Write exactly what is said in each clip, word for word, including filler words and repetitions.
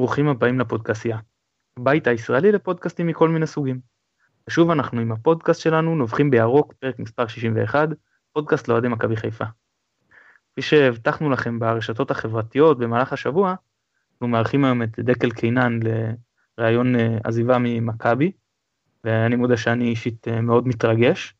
וברוכים הבאים לפודקאסיה, הבית הישראלי לפודקאסטים מכל מיני סוגים. ושוב אנחנו עם הפודקאסט שלנו, נובחים בירוק, פרק מספר שישים ואחת, פודקאסט לאוהדי מכבי חיפה. כפי שהבטחנו לכם ברשתות החברתיות במהלך השבוע, אנחנו מארחים היום את דקל קינן לראיון עזיבה ממכבי, ואני מודה שאני אישית מאוד מתרגש,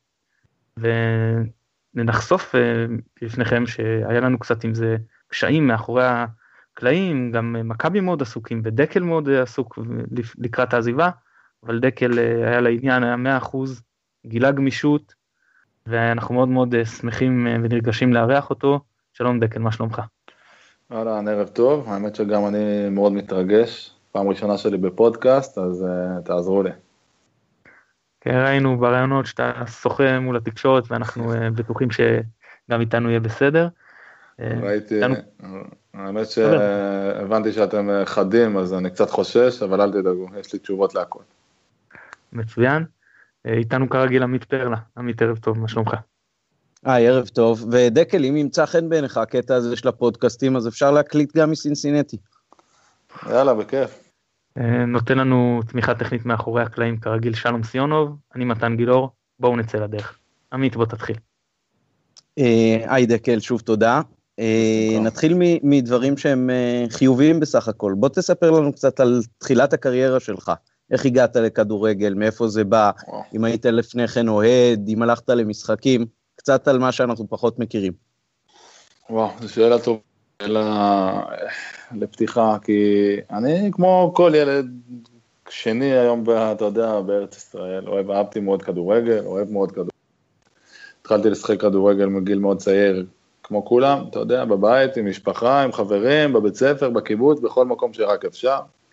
ונחשוף לפניכם שהיה לנו קצת עם זה קשיים מאחורי הקלעים, גם מכבי מאוד עסוקים ודקל מאוד עסוק לקראת העזיבה, אבל דקל היה לעניין, היה מאה אחוז, גילה גמישות, ואנחנו מאוד מאוד שמחים ונרגשים לארח אותו. שלום דקל, מה שלומך? אהלן, ערב טוב, האמת שגם אני מאוד מתרגש, פעם ראשונה שלי בפודקאסט, אז uh, תעזרו לי. כן, ראינו ברעיונות שאתה שוחה מול התקשורת, ואנחנו uh, בטוחים שגם איתנו יהיה בסדר. ראיתי, איתנו... האמת שהבנתי שאתם חדים, אז אני קצת חושש, אבל אל תדאגו, יש לי תשובות להכל. מצוין, איתנו כרגיל עמית פרלה, עמית ערב טוב, מה שלומך? היי, ערב טוב, ודקל, אם ימצא חן בעיניך הקטע הזה של הפודקאסטים, אז אפשר להקליט גם מסינסינטי. יאללה, בכיף. נותן לנו תמיכה טכנית מאחורי הקלעים, כרגיל שלום סיונוב, אני מתן גילאור, בואו נצא לדרך. עמית, בוא תתחיל. היי דקל, שוב תודה. נתחיל מדברים שהם חיוביים בסך הכל. בוא תספר לנו קצת על תחילת הקריירה שלך. איך הגעת לכדורגל, מאיפה זה בא, אם היית לפני כן אוהד, אם הלכת למשחקים, קצת על מה שאנחנו פחות מכירים. וואו, זו שאלה טובה, שאלה לפתיחה, כי אני כמו כל ילד שני היום, אתה יודע, בארץ ישראל, אוהב, אהבתי מאוד כדורגל, אוהב מאוד כדורגל. התחלתי לשחק כדורגל מגיל מאוד צעיר, כמו כולם, אתה יודע, בבית, עם משפחה, עם חברים, בבית ספר, בקיבוץ, בכל מקום שרק אפשר.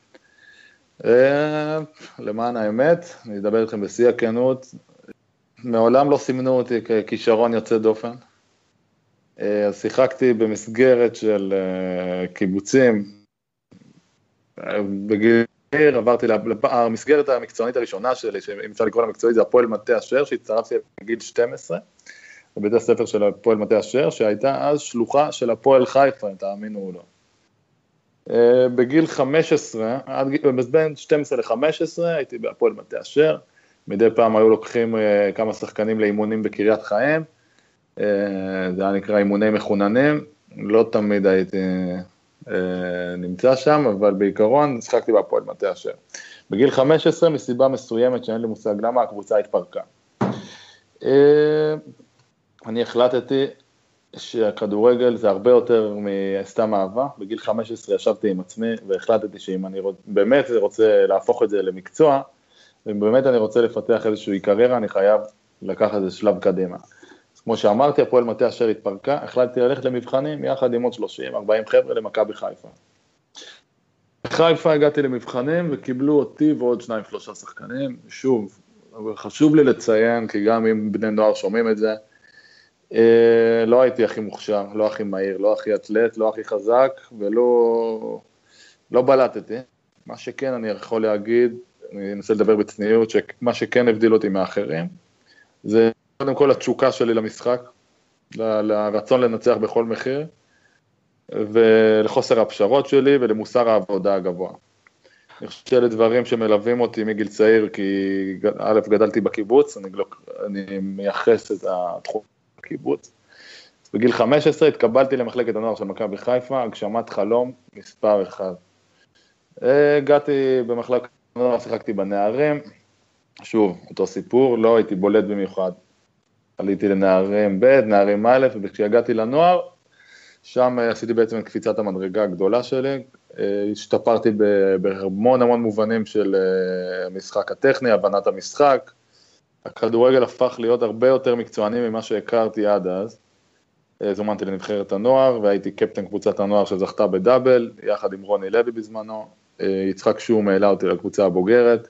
למען האמת, אני אדבר איתכם בשיא הכנות, מעולם לא סימנו אותי ככישרון יוצא דופן. אז שיחקתי במסגרת של קיבוצים, בגיל עיר, עברתי למסגרת המקצוענית הראשונה שלי, שאם אפשר לקרוא לה מקצועית, זה הפועל מטה אשר, שהצטרפתי בגיל שתים עשרה, בבית הספר של הפועל מטה אשר, שהייתה אז שלוחה של הפועל חיפה, תאמינו או לא. בגיל חמש עשרה, בין שתים עשרה ל-חמש עשרה, הייתי בהפועל מטה אשר, מדי פעם היו לוקחים כמה שחקנים לאימונים בקריית חיים, זה היה נקרא אימוני מחוננים, לא תמיד הייתי נמצא שם, אבל בעיקרון שחקתי בהפועל מטה אשר. בגיל חמש עשרה, מסיבה מסוימת שאין לי מושג למה, הקבוצה התפרקה. אני החלטתי שהכדורגל זה הרבה יותר מסתם אהבה, בגיל חמש עשרה ישבתי עם עצמי והחלטתי שאם אני באמת רוצה להפוך את זה למקצוע, ואם באמת אני רוצה לפתח איזושהי קריירה, אני חייב לקחת איזה שלב קדימה. אז כמו שאמרתי, הפועל מטה אשר התפרקה, החלטתי ללכת למבחנים יחד עם עוד שלושים ארבעים חבר'ה למכבי חיפה. בחיפה הגעתי למבחנים וקיבלו אותי ועוד שניים שלושה שחקנים, שוב, חשוב לי לציין, כי גם אם בני נוער שומעים את זה, לא הייתי הכי מוכשר, לא הכי מהיר, לא הכי אתלט, לא הכי חזק, ולא לא בלטתי. מה שכן אני יכול להגיד, אני אנסה לדבר בצניעות, שמה שכן הבדיל אותי מאחרים, זה קודם כל התשוקה שלי למשחק, ל- לרצון לנצח בכל מחיר, ולחוסר הפשרות שלי ולמוסר העבודה הגבוה. אני חושב שאלה דברים שמלווים אותי מגיל צעיר, כי א' גדלתי בקיבוץ, אני, אני מייחס את התחום בקיבוץ. בגיל חמש עשרה התקבלתי למחלקת הנוער של מכבי חיפה, הגשמת חלום מספר אחד. הגעתי במחלקת הנוער, שיחקתי בנערים, שוב, אותו סיפור, לא הייתי בולט במיוחד. עליתי לנערים ב', נערים א', וכשהגעתי לנוער, שם עשיתי בעצם את קפיצת המדרגה הגדולה שלי, השתפרתי בהמון המון מובנים של המשחק הטכני, הבנת המשחק, הכדורגל הפך להיות הרבה יותר מקצועני ממה שהכרתי עד אז, זומנתי לנבחרת הנוער, והייתי קפטן קבוצת הנוער שזכתה בדאבל, יחד עם רוני לוי בזמנו, יצחק שום העלה אותי לקבוצה הבוגרת,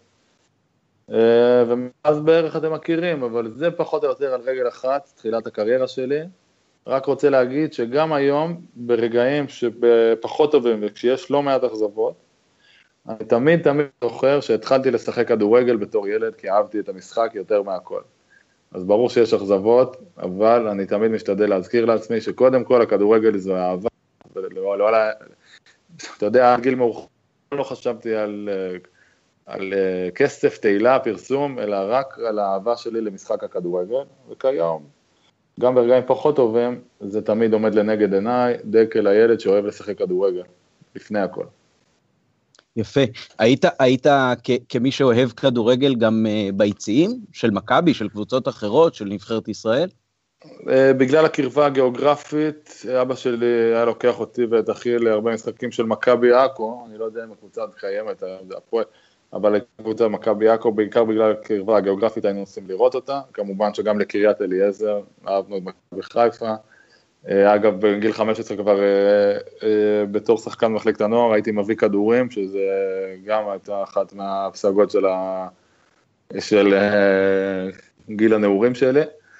ומאז בערך אתם מכירים, אבל זה פחות או יותר על רגל אחת, תחילת הקריירה שלי, רק רוצה להגיד שגם היום, ברגעים שפחות טובים, וכשיש לא מעט אכזבות, אני תמיד תמיד זוכר שהתחלתי לשחק כדורגל בתור ילד, כי אהבתי את המשחק יותר מהכל. אז ברור שיש אכזבות, אבל אני תמיד משתדל להזכיר לעצמי שקודם כל הכדורגל זו אהבה, ולא, לא, אתה יודע, גיל מאוחר, לא חשבתי על, על כסף, תהילה, פרסום, אלא רק על האהבה שלי למשחק הכדורגל, וכיום, גם ברגעים פחות טובים, זה תמיד עומד לנגד עיניי, דקל הילד שאוהב לשחק כדורגל, לפני הכל. יפה. היית, היית כ, כמי שאוהב כדורגל גם uh, ביציעים של מכבי, של קבוצות אחרות, של נבחרת ישראל? Uh, בגלל הקרבה הגיאוגרפית, אבא שלי היה לוקח אותי ואת אחי להרבה משחקים של מכבי עכו, אני לא יודע אם הקבוצה קיימת, אבל לקבוצה מכבי עכו, בעיקר בגלל הקרבה הגיאוגרפית היינו עושים לראות אותה, כמובן שגם לקריית אליעזר, אהבנו את מכבי חיפה, אגב, בגיל חמש עשרה כבר בתור שחקן מחלקת הנוער, הייתי מביא כדורים, שזה גם הייתה אחת מהפסגות של, ה... של גיל הנעורים שלי.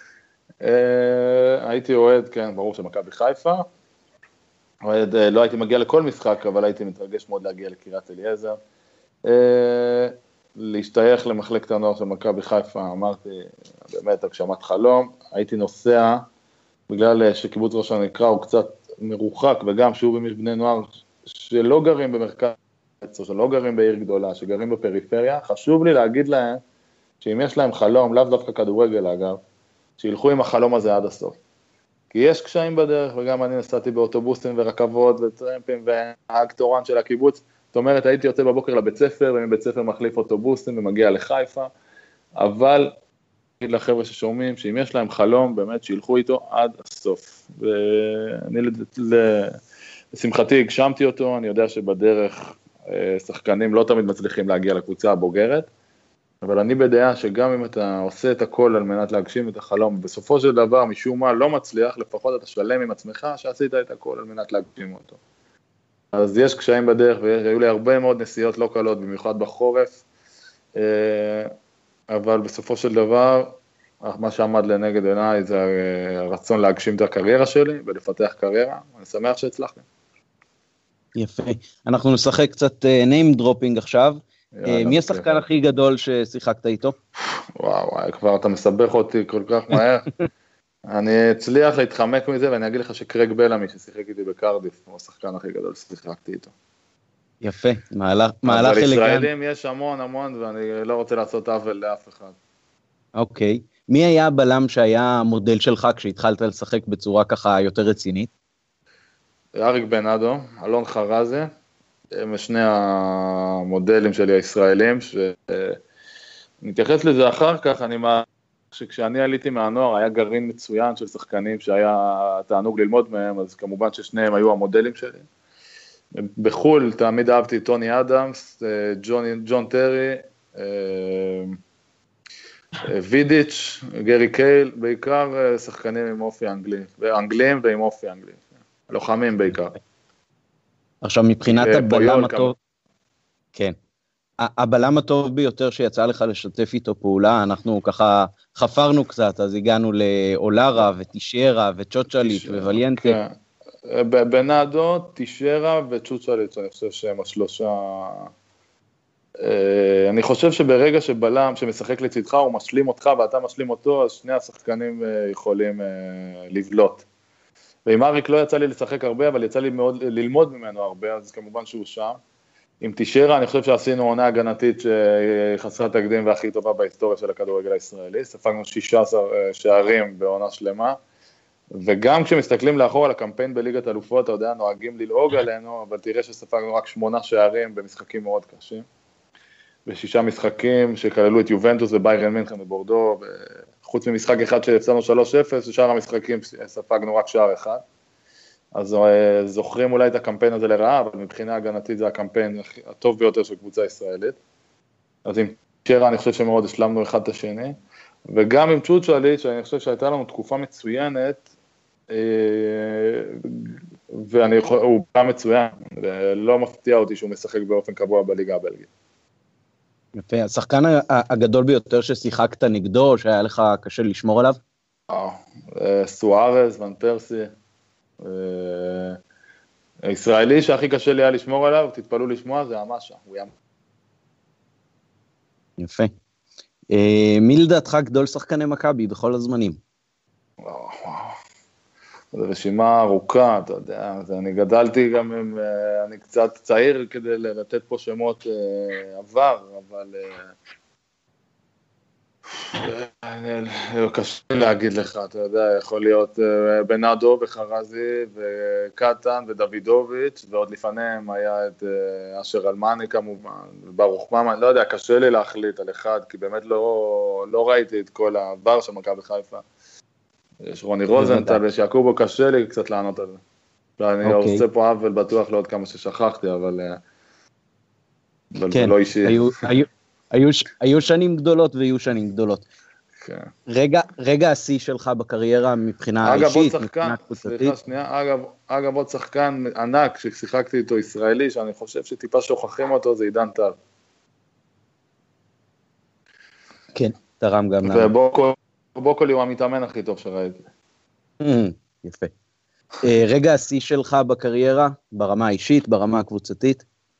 הייתי אוהד, כן, ברור שמכבי חיפה, אוהד, לא הייתי מגיע לכל משחק, אבל הייתי מתרגש מאוד להגיע לקריית אליעזר. להשתייך למחלקת הנוער של מכבי חיפה, אמרתי, באמת, הגשמת חלום, הייתי נוסע, בגלל שקיבוץ ראש הנקרה הוא קצת מרוחק, וגם שוב אם יש בני נוער שלא גרים במרכז, או שלא גרים בעיר גדולה, שגרים בפריפריה, חשוב לי להגיד להם, שאם יש להם חלום, לאו דווקא כדורגל אגב, שילכו עם החלום הזה עד הסוף. כי יש קשיים בדרך, וגם אני נסעתי באוטובוסים ורכבות וטרמפים, והנהג תורן של הקיבוץ, זאת אומרת, הייתי יוצא בבוקר לבית ספר, ומבית ספר מחליף אוטובוסים ומגיע לחיפה, אבל לחבר'ה ששומעים, שאם יש להם חלום, באמת שילכו איתו עד הסוף. ואני לשמחתי הגשמתי אותו, אני יודע שבדרך שחקנים לא תמיד מצליחים להגיע לקבוצה הבוגרת, אבל אני בדעה שגם אם אתה עושה את הכל על מנת להגשים את החלום, בסופו של דבר משום מה לא מצליח, לפחות אתה שלם עם עצמך שעשית את הכל על מנת להגשים אותו. אז יש קשיים בדרך, והיו לי הרבה מאוד נסיעות לא קלות, במיוחד בחורף, אבל בסופו של דבר, מה שעמד לנגד עיניי זה הרצון להגשים את הקריירה שלי, ולפתח קריירה, אני שמח שהצלחתי. יפה. אנחנו נשחק קצת name dropping עכשיו. מי השחקן הכי גדול ששיחקת איתו? וואו, כבר אתה מסבך אותי כל כך מהר. אני אצליח להתחמק מזה, ואני אגיד לך שקרג בלמי ששיחק איתי בקרדיף, הוא השחקן הכי גדול ששיחקתי איתו. יפה, מהלך אלגנטי. אבל ישראלים יש המון המון, ואני לא רוצה לעשות עוול לאף אחד. אוקיי. מי היה הבלם שהיה המודל שלך כשהתחלת לשחק בצורה ככה יותר רצינית? אריק בנאדו, אלון חרזי, הם שני המודלים שלי הישראלים, שנתייחס לזה אחר כך, אני מה... שכשאני עליתי מהנוער היה גרעין מצוין של שחקנים שהיה תענוג ללמוד מהם, אז כמובן ששניהם היו המודלים שלי. בחול תמיד אהבתי טוני אדמס, ג'ון, ג'ון טרי, וידיץ', גרי קייל, בעיקר שחקנים עם אופי אנגלי, אנגלים ועם אופי אנגלי, לוחמים בעיקר. עכשיו מבחינת הבלם הטוב, כן. הבלם הטוב ביותר שיצא לך לשתף איתו פעולה, אנחנו ככה חפרנו קצת, אז הגענו לאולרה וטישרה וצ'וצ'ליט ווליינטה. בנאדו, טישרה וצ'וצ'ליט, אני חושב שהם השלושה. אני חושב שברגע שבלם שמשחק לצדך הוא משלים אותך ואתה משלים אותו, אז שני השחקנים יכולים לבלוט. ועם אריק לא יצא לי לשחק הרבה, אבל יצא לי מאוד ללמוד ממנו הרבה, אז כמובן שהוא שם. עם טישרה, אני חושב שעשינו עונה הגנתית שחסרת תקדים והכי טובה בהיסטוריה של הכדורגל הישראלי, ספגנו שישה עשר שערים בעונה שלמה, וגם כשמסתכלים לאחור על הקמפיין בליגת אלופות, אתה יודע, נוהגים ללעוג עלינו, אבל תראה שספגנו רק שמונה שערים במשחקים מאוד קשים, ושישה משחקים שכללו את יובנטוס וביירן מינכן ובורדו, וחוץ ממשחק אחד שיצאנו שלוש אפס, ושאר המשחקים ספגנו רק שער אחד, אז זוכרים אולי את הקמפיין הזה לרעה, אבל מבחינה הגנתית זה הקמפיין הטוב ביותר של קבוצה ישראלית. אז עם טישרה אני חושב שמאוד השלמנו אחד את השני, וגם עם צ'וצ'ליט, שאני חושב שהייתה לנו תקופה מצוינת, והוא בא מצוין, ולא מפתיע אותי שהוא משחק באופן קבוע בליגה הבלגית. יפה, השחקן הגדול ביותר ששיחקת נגדו, שהיה לך קשה לשמור עליו? סוארז, ון פרסי, הישראלי שהכי קשה לי היה לשמור עליו, תתפלו לשמוע, זה המשה, הוא ים. יפה. מי לדעתך גדול שחקני מכבי בכל הזמנים? זו רשימה ארוכה, אתה יודע, אז אני גדלתי גם עם, אני קצת צעיר כדי לתת פה שמות עבר, אבל קשה להגיד לך, אתה יודע, יכול להיות בנאדו וחרזי וקטן ודוידוביץ', ועוד לפניהם היה את אשר אלמני כמובן, ברוך ממן, לא יודע, קשה לי להחליט על אחד, כי באמת לא, לא ראיתי את כל העבר של מכבי חיפה. יש רוני רוזנטל ויש יעקובו, קשה לי קצת לענות על זה. ואני עושה פה עוול בטוח לעוד כמה ששכחתי, אבל זה לא אישי. היו שנים גדולות ויהיו שנים גדולות. רגע השיא שלך בקריירה מבחינה אישית, מבחינה קבוצתית. סליחה שנייה, אגב עוד שחקן ענק ששיחקתי איתו ישראלי, שאני חושב שטיפה שוכחים אותו, זה עידן טל. כן, תרם גם לנו. ובוקולי הוא המתאמן הכי טוב שראיתי. יפה. רגע השיא שלך בקריירה, ברמה האישית, ברמה הקבוצתית?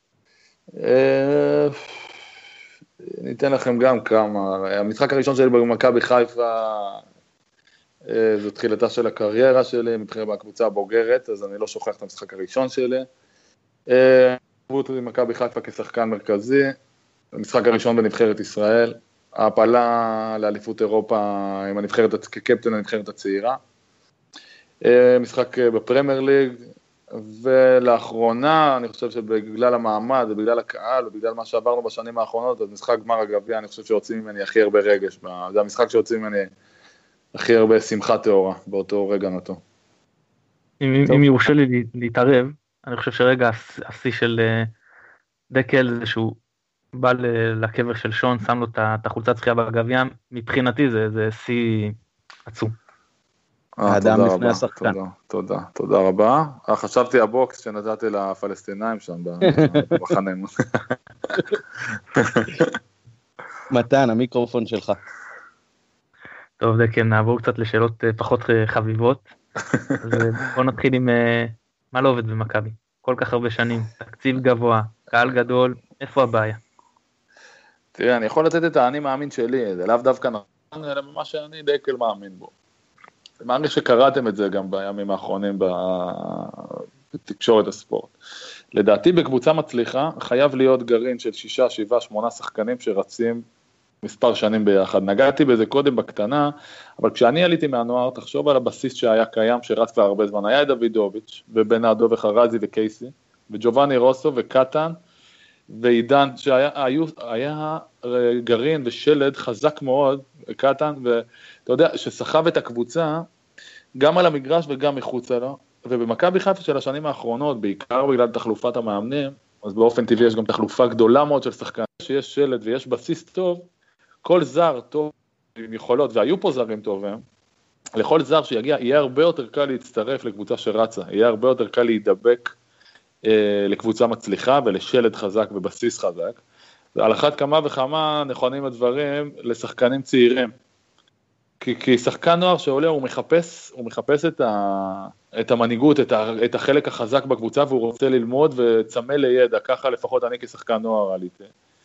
ניתן לכם גם כמה. המשחק הראשון שלי במכבי חיפה, זו תחילתה של הקריירה שלי, מבחינת בקבוצה הבוגרת, אז אני לא שוכח את המשחק הראשון שלי. עברו אותי במכבי חיפה כשחקן מרכזי, המשחק הראשון בנבחרת ישראל, ההפלה לאליפות אירופה עם הנבחרת, כקפטן הנבחרת הצעירה, משחק בפרמייר ליג, ולאחרונה, אני חושב שבגלל המעמד, ובגלל הקהל, ובגלל מה שעברנו בשנים האחרונות, אז משחק גמר הגביע, אני חושב שיוצאים ממני הכי הרבה רגש, זה המשחק שיוצאים ממני הכי הרבה שמחה תאורה, באותו רגע נתון. אם יורשה לי להתערב, אני חושב שרגע השיא של דקל זה שהוא בא לקבר של שון, שם לו את החולצת זכייה בגביע, מבחינתי זה שיא עצום. האדם לפני השחקן. תודה, תודה, תודה רבה. חשבתי הבוקס שנתתי לפלסטינאים שם בחננו. מתן, המיקרופון שלך. טוב, דקל, נעבור קצת לשאלות פחות חביבות. אז בוא נתחיל עם מה לא עובד במכבי. כל כך הרבה שנים, תקציב גבוה, קהל גדול, איפה הבעיה? תראה, אני יכול לתת את האני מאמין שלי, זה לאו דווקא נכון, אלא מה שאני דקל מאמין בו. אני מעריך שקראתם את זה גם בימים האחרונים בתקשורת הספורט. לדעתי בקבוצה מצליחה חייב להיות גרעין של שישה, שבעה, שמונה שחקנים שרצים מספר שנים ביחד. נגעתי בזה קודם בקטנה, אבל כשאני עליתי מהנוער, תחשוב על הבסיס שהיה קיים, שרץ כבר הרבה זמן. היה דוידוביץ' ובנאדו וחרזי וקייסי, וג'ובאני רוסו וקטן, ועידן, שהיה היה גרעין ושלד חזק מאוד, קטן, ואתה יודע, שסחב את הקבוצה, גם על המגרש וגם מחוצה לו, ובמכבי חיפה של השנים האחרונות, בעיקר בגלל תחלופת המאמנים, אז באופן טבעי יש גם תחלופה גדולה מאוד של שחקנים, שיש שלד ויש בסיס טוב, כל זר טוב עם יכולות, והיו פה זרים טובים, לכל זר שיגיע, יהיה הרבה יותר קל להצטרף לקבוצה שרצה, יהיה הרבה יותר קל להידבק אה, לקבוצה מצליחה ולשלד חזק ובסיס חזק, ועל אחת כמה וכמה נכונים הדברים לשחקנים צעירים, כי, כי שחקן נוער שעולה הוא מחפש, הוא מחפש את, ה, את המנהיגות, את, ה, את החלק החזק בקבוצה, והוא רוצה ללמוד וצמא לידע, ככה לפחות אני כשחקן נוער עליתי.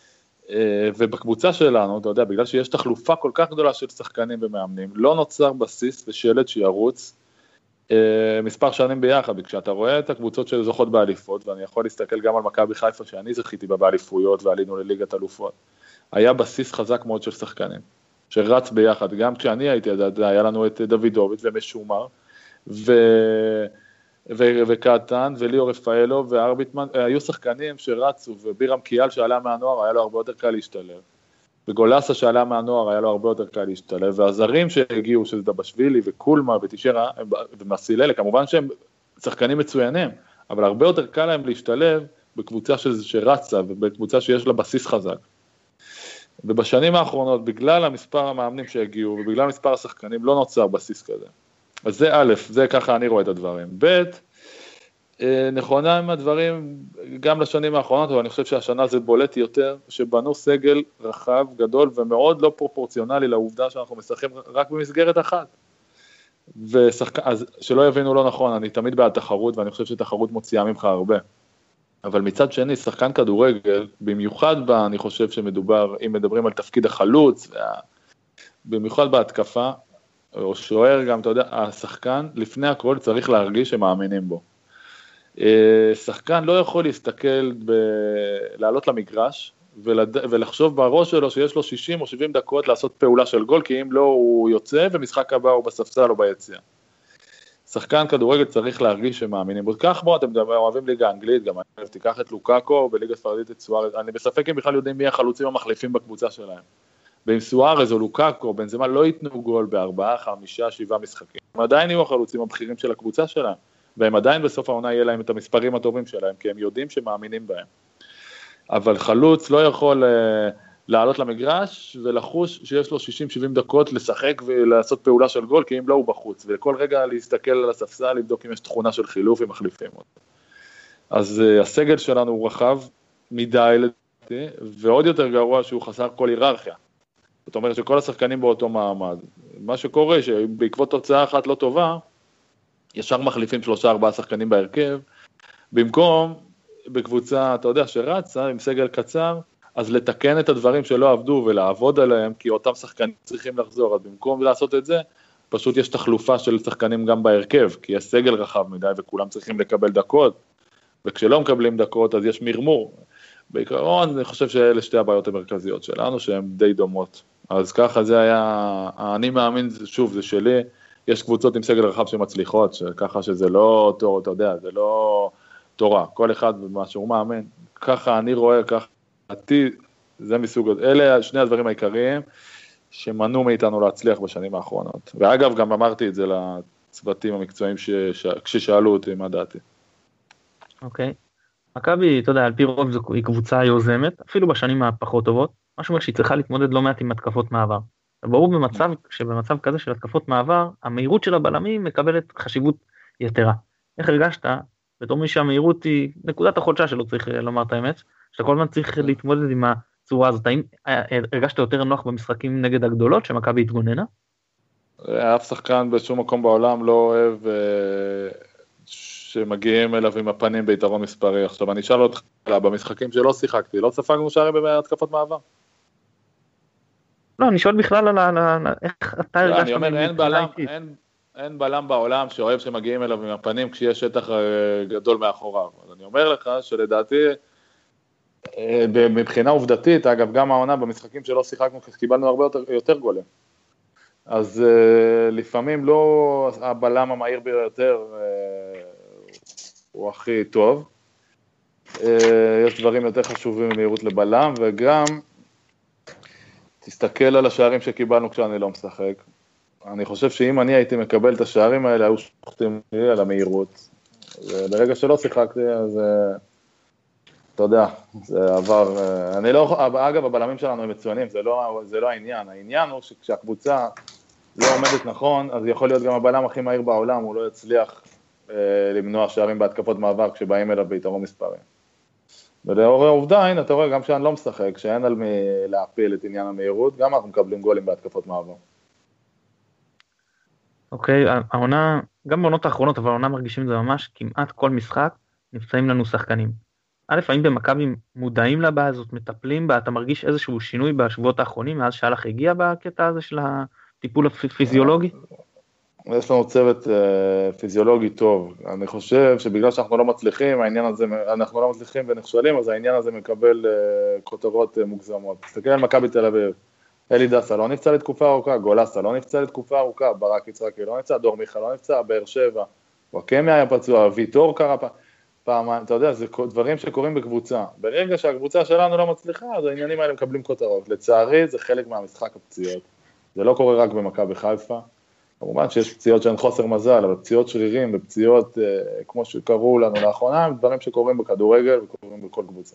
ובקבוצה שלנו, אתה יודע, בגלל שיש תחלופה כל כך גדולה של שחקנים ומאמנים, לא נוצר בסיס ושלד שירוץ מספר שנים ביחד, וכשאתה רואה את הקבוצות שזוכות באליפות, ואני יכול להסתכל גם על מכבי חיפה, שאני זכיתי בה באליפויות ועלינו לליגת אלופות, היה בסיס חזק מאוד של שחקנים, שרץ ביחד, גם כשאני הייתי, היה לנו את דוידוביץ' ומשומר, ו... ו- וקטן, וליאור רפאלו, וארביטמן, היו שחקנים שרצו, ובירם קיאל שעלה מהנוער, היה לו הרבה יותר קל להשתלב, וגולסה שעלה מהנוער, היה לו הרבה יותר קל להשתלב, והזרים שהגיעו, שזה דבשווילי, וקולמה, ותישרה, ומסיללה, כמובן שהם שחקנים מצוינים, אבל הרבה יותר קל להם להשתלב, בקבוצה ש- שרצה, ובקבוצה שיש לה בסיס חזק. ובשנים האחרונות, בגלל המספר המאמנים שהגיעו, ובגלל מספר השחקנים, לא נוצר בסיס כזה. אז זה א', זה ככה אני רואה את הדברים. ב', נכונה עם הדברים גם לשנים האחרונות, אבל אני חושב שהשנה זה בולט יותר, שבנו סגל רחב, גדול, ומאוד לא פרופורציונלי לעובדה שאנחנו משחקים רק במסגרת אחת. ושחק... אז שלא יבינו לא נכון, אני תמיד בעד תחרות, ואני חושב שתחרות מוציאה ממך הרבה. אבל מצד שני, שחקן כדורגל, במיוחד בה, אני חושב שמדובר, אם מדברים על תפקיד החלוץ, וה... במיוחד בהתקפה, או שוער גם, אתה יודע, השחקן לפני הכל צריך להרגיש שמאמינים בו. שחקן לא יכול להסתכל, ב... לעלות למגרש, ולד... ולחשוב בראש שלו שיש לו שישים או שבעים דקות לעשות פעולה של גול, כי אם לא הוא יוצא, ומשחק הבא הוא בספסל או ביציע. שחקן כדורגל צריך להרגיש שמאמינים בו. כך בו, אתם אוהבים ליגה אנגלית, גם אני תיקח את לוקאקו, בליגה ספרדית את סוארז, אני בספק אם בכלל יודעים מי החלוצים המחליפים בקבוצה שלהם. ואם סוארז או לוקאקו, בנזמה לא ייתנו גול בארבעה, חמישה, שבעה משחקים. הם עדיין יהיו החלוצים הבכירים של הקבוצה שלהם, והם עדיין בסוף העונה יהיה להם את המספרים הטובים שלהם, כי הם יודעים שמאמינים בהם. אבל חלוץ לא יכול uh, לעלות למגרש ולחוש שיש לו שישים שבעים דקות לשחק ולעשות פעולה של גול, כי אם לא הוא בחוץ, ולכל רגע להסתכל על הספסל, לבדוק אם יש תכונה של חילוף ומחליפים אותו. אז uh, הסגל שלנו הוא רחב מדי לדעתי, ועוד יותר גרוע שהוא חסר כל היררכיה. זאת אומרת שכל השחקנים באותו מעמד. מה שקורה שבעקבות תוצאה אחת לא טובה, ישר מחליפים שלושה ארבעה שחקנים בהרכב, במקום בקבוצה, אתה יודע, שרצה עם סגל קצר, אז לתקן את הדברים שלא עבדו ולעבוד עליהם, כי אותם שחקנים צריכים לחזור, אז במקום לעשות את זה, פשוט יש תחלופה של שחקנים גם בהרכב, כי יש סגל רחב מדי וכולם צריכים לקבל דקות, וכשלא מקבלים דקות אז יש מרמור. בעיקרון אני חושב שאלה שתי הבעיות המרכזיות שלנו, שהן די דומות. אז ככה זה היה, אני מאמין, שוב, זה שלי, יש קבוצות עם סגל רחב שמצליחות, ככה שזה לא תור, אתה יודע, זה לא תורה, כל אחד במה שהוא מאמין, ככה אני רואה, ככה, עתי, זה מסוג, אלה שני הדברים העיקריים, שמנעו מאיתנו להצליח בשנים האחרונות. ואגב, גם אמרתי את זה לצוותים המקצועיים, כששאלו אותי מה דעתי. אוקיי. מכבי, אתה יודע, על פי רוב זו היא קבוצה יוזמת, אפילו בשנים הפחות טובות, משהו אומר שהיא צריכה להתמודד לא מעט עם התקפות מעבר. ברור במצב, שבמצב כזה של התקפות מעבר, המהירות של הבלמים מקבלת חשיבות יתרה. איך הרגשת? בתור מי שהמהירות היא נקודת החולשה שלו, צריך לומר את האמת, שאתה כל הזמן צריך להתמודד עם הצורה הזאת. האם הרגשת יותר נוח במשחקים נגד הגדולות, שמכבי התגוננה? אף שחקן בשום מקום בעולם לא אוהב שמגיעים אליו עם הפנים ביתרון מספרי. עכשיו אני אשאל אותך, במשחקים שלא שיחקתי, לא ספגנו שערים בהתקפות מעבר? לא, אני שואל בכלל על איך אתה הרגשת. אני אומר, אין בלם, אין בלם בעולם שאוהב שמגיעים אליו עם הפנים כשיש שטח גדול מאחוריו. אז אני אומר לך שלדעתי, מבחינה עובדתית, אגב, גם העונה במשחקים שלא שיחקנו, קיבלנו הרבה יותר, יותר גולים. אז לפעמים לא הבלם המהיר ביותר הוא הכי טוב. יש דברים יותר חשובים ממהירות לבלם, וגם תסתכל על השערים שקיבלנו כשאני לא משחק. אני חושב שאם אני הייתי מקבל את השערים האלה, היו שוחטים לי על המהירות. וברגע שלא שיחקתי, אז אתה יודע, זה עבר, אני לא, אגב, הבלמים שלנו הם מצוינים, זה לא, זה לא העניין. העניין הוא שכשהקבוצה לא עומדת נכון, אז יכול להיות גם הבלם הכי מהיר בעולם, הוא לא יצליח למנוע שערים בהתקפות מעבר כשבאים אליו ביתרון מספרים. ולאור העובדה, אתה רואה גם שאני לא משחק, שאין על מי להפיל את עניין המהירות, גם אנחנו מקבלים גולים בהתקפות מעבר. אוקיי, העונה, גם בעונות האחרונות, אבל העונה מרגישים את זה ממש, כמעט כל משחק נפצעים לנו שחקנים. א', האם במכבי מודעים לבעיה הזאת, מטפלים בה, אתה מרגיש איזשהו שינוי בשבועות האחרונים, מאז שהלך הגיע בקטע הזה של הטיפול הפיזיולוגי? יש לנו צוות פיזיולוגי טוב. אני חושב שבגלל שאנחנו לא מצליחים, העניין הזה, אנחנו לא מצליחים ונכשלים, אז העניין הזה מקבל כותרות מוגזמות. תסתכל על מכבי תל אביב. אלי דסה לא נפצע לתקופה ארוכה, גולסה לא נפצע לתקופה ארוכה, ברק יצחקי לא נפצע, דור מיכה לא נפצע, באר שבע, וואקמי היה פצוע, ויטור קרה פעמיים, אתה יודע, זה דברים שקורים בקבוצה. ברגע שהקבוצה שלנו לא מצליחה, אז העניינים האלה מקבלים כותרות. לצערי, זה חלק מהמשחק הפציעות. זה לא קורה רק במכבי חיפה. כמובן שיש פציעות שהן חוסר מזל, אבל פציעות שרירים ופציעות, כמו שקראו לנו לאחרונה, הם דברים שקורים בכדורגל וקורים בכל קבוצה.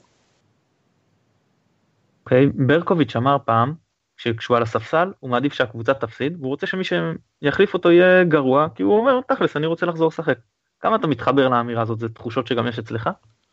אוקיי, ברקוביץ' אמר פעם, כשהוא על הספסל, הוא מעדיף שהקבוצה תפסיד, והוא רוצה שמי שיחליף אותו יהיה גרוע, כי הוא אומר, תכלס, אני רוצה לחזור לשחק. כמה אתה מתחבר לאמירה הזאת? זה תחושות שגם יש אצלך?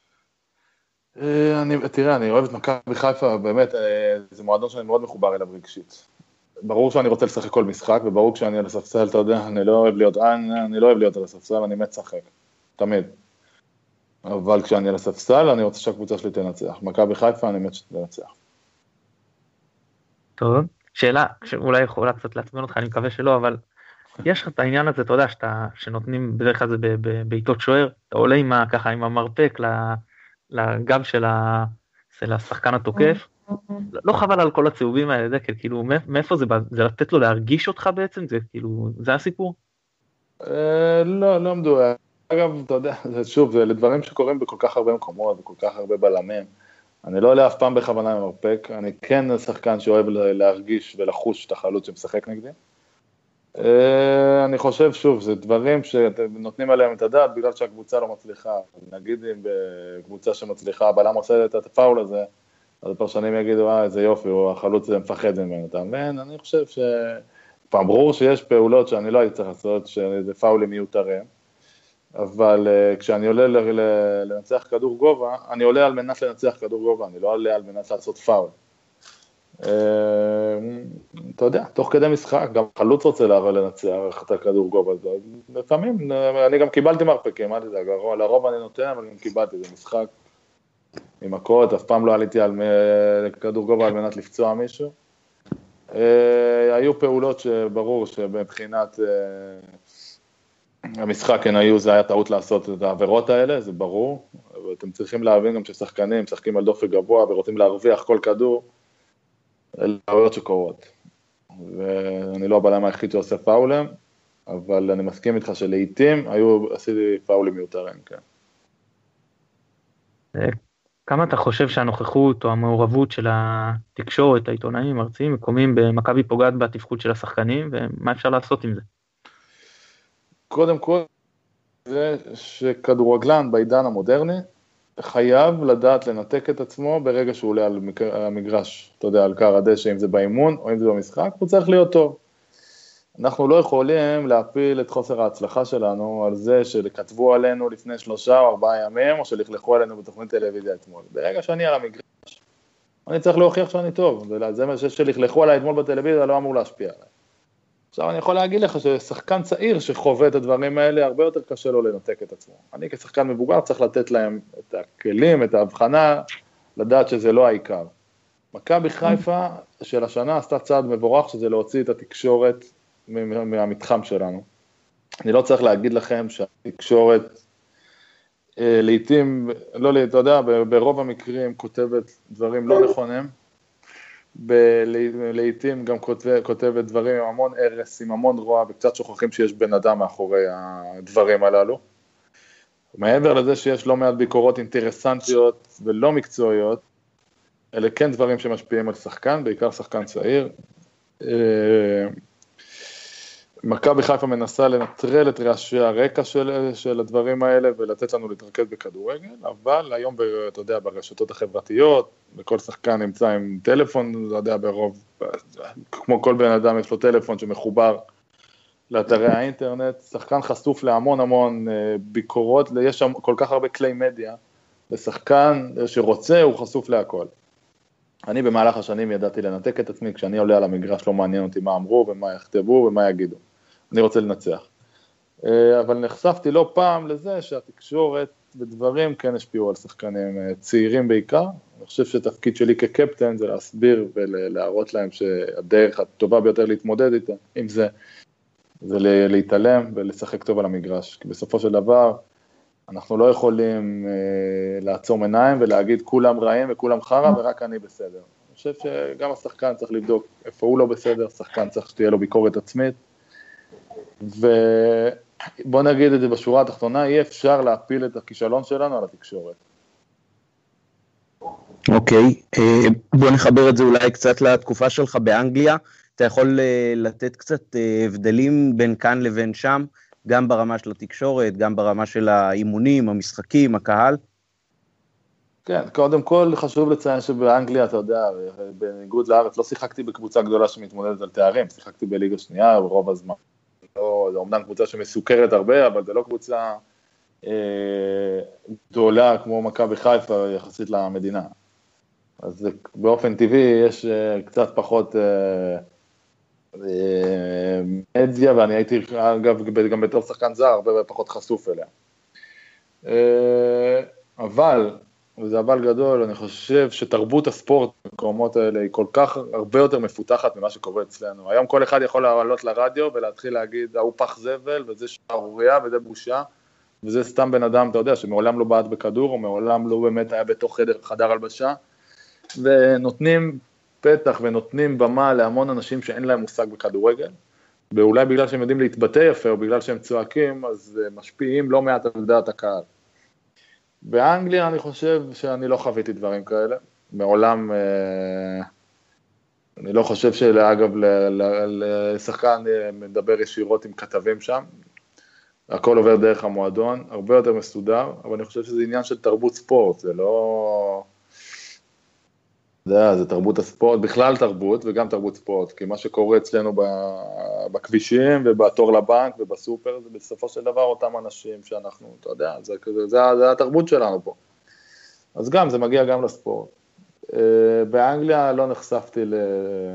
אני, תראה, אני אוהב את מכבי חיפה, באמת, זה מועדון שאני מאוד מחובר אליו רגשית. ברור שאני רוצה לשחק כל משחק, וברור כשאני על הספסל, אתה יודע, אני לא אוהב להיות, אני, אני לא אוהב להיות על הספסל, אני מת לשחק, תמיד. אבל כשאני על הספסל, אני רוצה שהקבוצה שלי תנצח. מכבי חיפה, אני מת שתנצח. טוב, שאלה שאולי יכולה קצת לעצבן אותך, אני מקווה שלא, אבל יש לך את העניין הזה, אתה יודע, שאתה, שנותנים בדרך כלל זה בעיטות שוער, אתה עולה עם ה, ככה עם המרפק לגב של, ה, של השחקן התוקף, לא חבל על כל הצהובים האלה, זה כאילו, מאיפה זה בא? זה לתת לו להרגיש אותך בעצם? זה כאילו, זה הסיפור? לא, לא מדויק. אגב, אתה יודע, שוב, זה לדברים שקורים בכל כך הרבה מקומות, בכל כך הרבה בלמים. אני לא עולה אף פעם בכוונה עם מרפק, אני כן שחקן שאוהב להרגיש ולחוש את החלוץ שמשחק נגדי. אני חושב, שוב, זה דברים שנותנים עליהם את הדעת, בגלל שהקבוצה לא מצליחה. נגיד אם בקבוצה שמצליחה, הבלם עושה את הפאול הזה, אז הפרשנים יגידו, אה, איזה יופי, הוא החלוץ מפחד ממנו. אתה מבין? אני חושב ש... פעם ברור שיש פעולות שאני לא הייתי צריך לעשות, שזה פאולים מיותרים, אבל uh, כשאני עולה לנצח כדור גובה, אני עולה על מנת לנצח כדור גובה, אני לא עולה על מנת לעשות פאול. Uh, אתה יודע, תוך כדי משחק, גם חלוץ רוצה לנצח את הכדור גובה, לפעמים, אני גם קיבלתי מרפקים, לרוב אני נותן, אבל גם קיבלתי, זה משחק עם הקוד, אף פעם לא עליתי על כדור גובה על מנת לפצוע מישהו. Uh, היו פעולות שברור שבבחינת... Uh, המשחק הן היו, זה היה טעות לעשות את העבירות האלה, זה ברור, ואתם צריכים להבין גם ששחקנים משחקים על דופק גבוה ורוצים להרוויח כל כדור, אלה טעויות שקורות. ואני לא הבלם היחיד שעושה פאולים, אבל אני מסכים איתך שלעיתים היו, עשיתי פאולים מיותרים, כן. כמה אתה חושב שהנוכחות או המעורבות של התקשורת, העיתונאים, המרצים, מקומים במכבי פוגעת בתפקוד של השחקנים, ומה אפשר לעשות עם זה? קודם כל, זה שכדורגלן בעידן המודרני חייב לדעת לנתק את עצמו ברגע שהוא עולה על המגרש, אתה יודע, על קר הדשא, אם זה באימון או אם זה במשחק, הוא צריך להיות טוב. אנחנו לא יכולים להפיל את חוסר ההצלחה שלנו על זה שכתבו עלינו לפני שלושה או ארבעה ימים, או שלכלכו עלינו בתוכנית טלוויזיה אתמול. ברגע שאני על המגרש, אני צריך להוכיח שאני טוב, זה מה שלכלכו עליי אתמול בטלוויזיה לא אמור להשפיע עליי. עכשיו אני יכול להגיד לך ששחקן צעיר שחווה את הדברים האלה, הרבה יותר קשה לו לנתק את עצמו. אני כשחקן מבוגר צריך לתת להם את הכלים, את ההבחנה, לדעת שזה לא העיקר. מכבי חיפה של השנה עשתה צעד מבורך, שזה להוציא את התקשורת מהמתחם שלנו. אני לא צריך להגיד לכם שהתקשורת, לעתים, לא, אתה יודע, ברוב המקרים כותבת דברים לא נכונים, לעתים גם כותבת דברים עם המון הרס, עם המון רוע, וקצת שוכחים שיש בן אדם מאחורי הדברים הללו. מעבר לזה שיש לא מעט ביקורות אינטרסנטיות ולא מקצועיות, אלה כן דברים שמשפיעים על שחקן, בעיקר שחקן צעיר. מכבי חיפה מנסה לנטרל את רעשי הרקע של, של הדברים האלה ולתת לנו להתרכז בכדורגל, אבל היום, אתה יודע, ברשתות החברתיות, וכל שחקן נמצא עם טלפון, אתה יודע, ברוב, כמו כל בן אדם יש לו טלפון שמחובר לאתרי האינטרנט, שחקן חשוף להמון המון ביקורות, יש שם כל כך הרבה כלי מדיה, ושחקן שרוצה הוא חשוף להכל. אני במהלך השנים ידעתי לנתק את עצמי, כשאני עולה על המגרש לא מעניין אותי מה אמרו ומה יכתבו ומה יגידו. אני רוצה לנצח. אבל נחשפתי לא פעם לזה שהתקשורת ודברים כן השפיעו על שחקנים צעירים בעיקר. אני חושב שתפקיד שלי כקפטן זה להסביר ולהראות להם שהדרך הטובה ביותר להתמודד איתה, עם זה, זה להתעלם ולשחק טוב על המגרש. כי בסופו של דבר, אנחנו לא יכולים אה, לעצום עיניים ולהגיד כולם רעים וכולם חרא ורק אני בסדר. אני חושב שגם השחקן צריך לבדוק איפה הוא לא בסדר, השחקן צריך שתהיה לו ביקורת עצמית, ובוא נגיד את זה בשורה התחתונה, אי אפשר להפיל את הכישלון שלנו על התקשורת. אוקיי, אה, בוא נחבר את זה אולי קצת לתקופה שלך באנגליה, אתה יכול אה, לתת קצת אה, הבדלים בין כאן לבין שם, גם ברמה של התקשורת, גם ברמה של האימונים, המשחקים, הקהל? כן, קודם כל חשוב לציין שבאנגליה, אתה יודע, בניגוד לארץ, לא שיחקתי בקבוצה גדולה שמתמודדת על תארים, שיחקתי בליגה שנייה ברוב הזמן. לא, זה אומנם קבוצה שמסוכרת הרבה, אבל זה לא קבוצה אה, גדולה כמו מכבי חיפה יחסית למדינה. אז באופן טבעי יש אה, קצת פחות... אה, מדיה, ואני הייתי, אגב, גם בתור שחקן זר, הרבה פחות חשוף אליה. אבל וזה אבל גדול, אני חושב שתרבות הספורט במקומות האלה היא כל כך הרבה יותר מפותחת ממה שקורה אצלנו. היום כל אחד יכול לעלות לרדיו ולהתחיל להגיד, ההוא פח זבל, וזה שערוריה, וזה בושה, וזה סתם בן אדם, אתה יודע, שמעולם לא בעט בכדור, או מעולם לא באמת היה בתוך חדר, חדר הלבשה, ונותנים פתח ונותנים במה להמון אנשים שאין להם מושג בכדורגל, ואולי בגלל שהם יודעים להתבטא יפה, או בגלל שהם צועקים, אז משפיעים לא מעט על דעת הקהל. באנגליה אני חושב שאני לא חוויתי דברים כאלה, מעולם, אני לא חושב שאגב, לשחקן מדבר ישירות עם כתבים שם, הכל עובר דרך המועדון, הרבה יותר מסודר, אבל אני חושב שזה עניין של תרבות ספורט, זה לא... זה, זה תרבות הספורט, בכלל תרבות וגם תרבות ספורט, כי מה שקורה אצלנו בכבישים ובתור לבנק ובסופר, זה בסופו של דבר אותם אנשים שאנחנו, אתה יודע, זה, זה, זה, זה התרבות שלנו פה. אז גם, זה מגיע גם לספורט. באנגליה לא נחשפתי ל...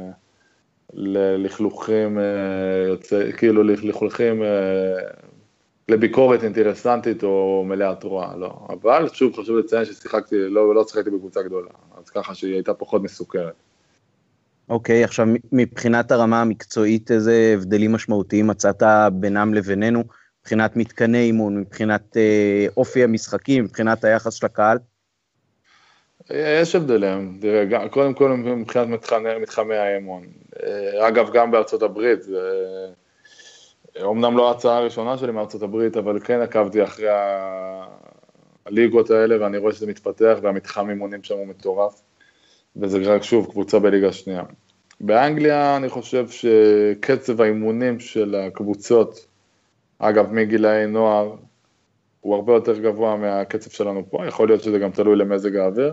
ללכלוכים, כאילו לכלוכים, לביקורת אינטרסנטית או מלאת רוע, לא. אבל שוב חשוב לציין ששיחקתי, לא, לא שיחקתי בקבוצה גדולה, אז ככה שהיא הייתה פחות מסוכרת. אוקיי, עכשיו מבחינת הרמה המקצועית, איזה הבדלים משמעותיים מצאת בינם לבינינו, מבחינת מתקני אימון, מבחינת אה, אופי המשחקים, מבחינת היחס של הקהל? יש הבדלים, תראה, קודם כל מבחינת מתחמי, מתחמי האימון. אגב, גם בארצות הברית, זה... אמנם לא ההצעה הראשונה שלי מארצות הברית, אבל כן עקבתי אחרי הליגות האלה, ואני רואה שזה מתפתח, והמתחם אימונים שם הוא מטורף, וזה רק שוב קבוצה בליגה שנייה. באנגליה אני חושב שקצב האימונים של הקבוצות, אגב מגילאי נוער, הוא הרבה יותר גבוה מהקצב שלנו פה, יכול להיות שזה גם תלוי למזג האוויר,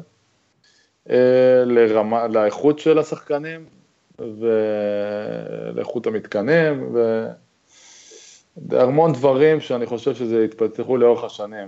לרמה, לאיכות של השחקנים, ולאיכות המתקנים, ו... המון דברים שאני חושב שזה יתפתחו לאורך השנים,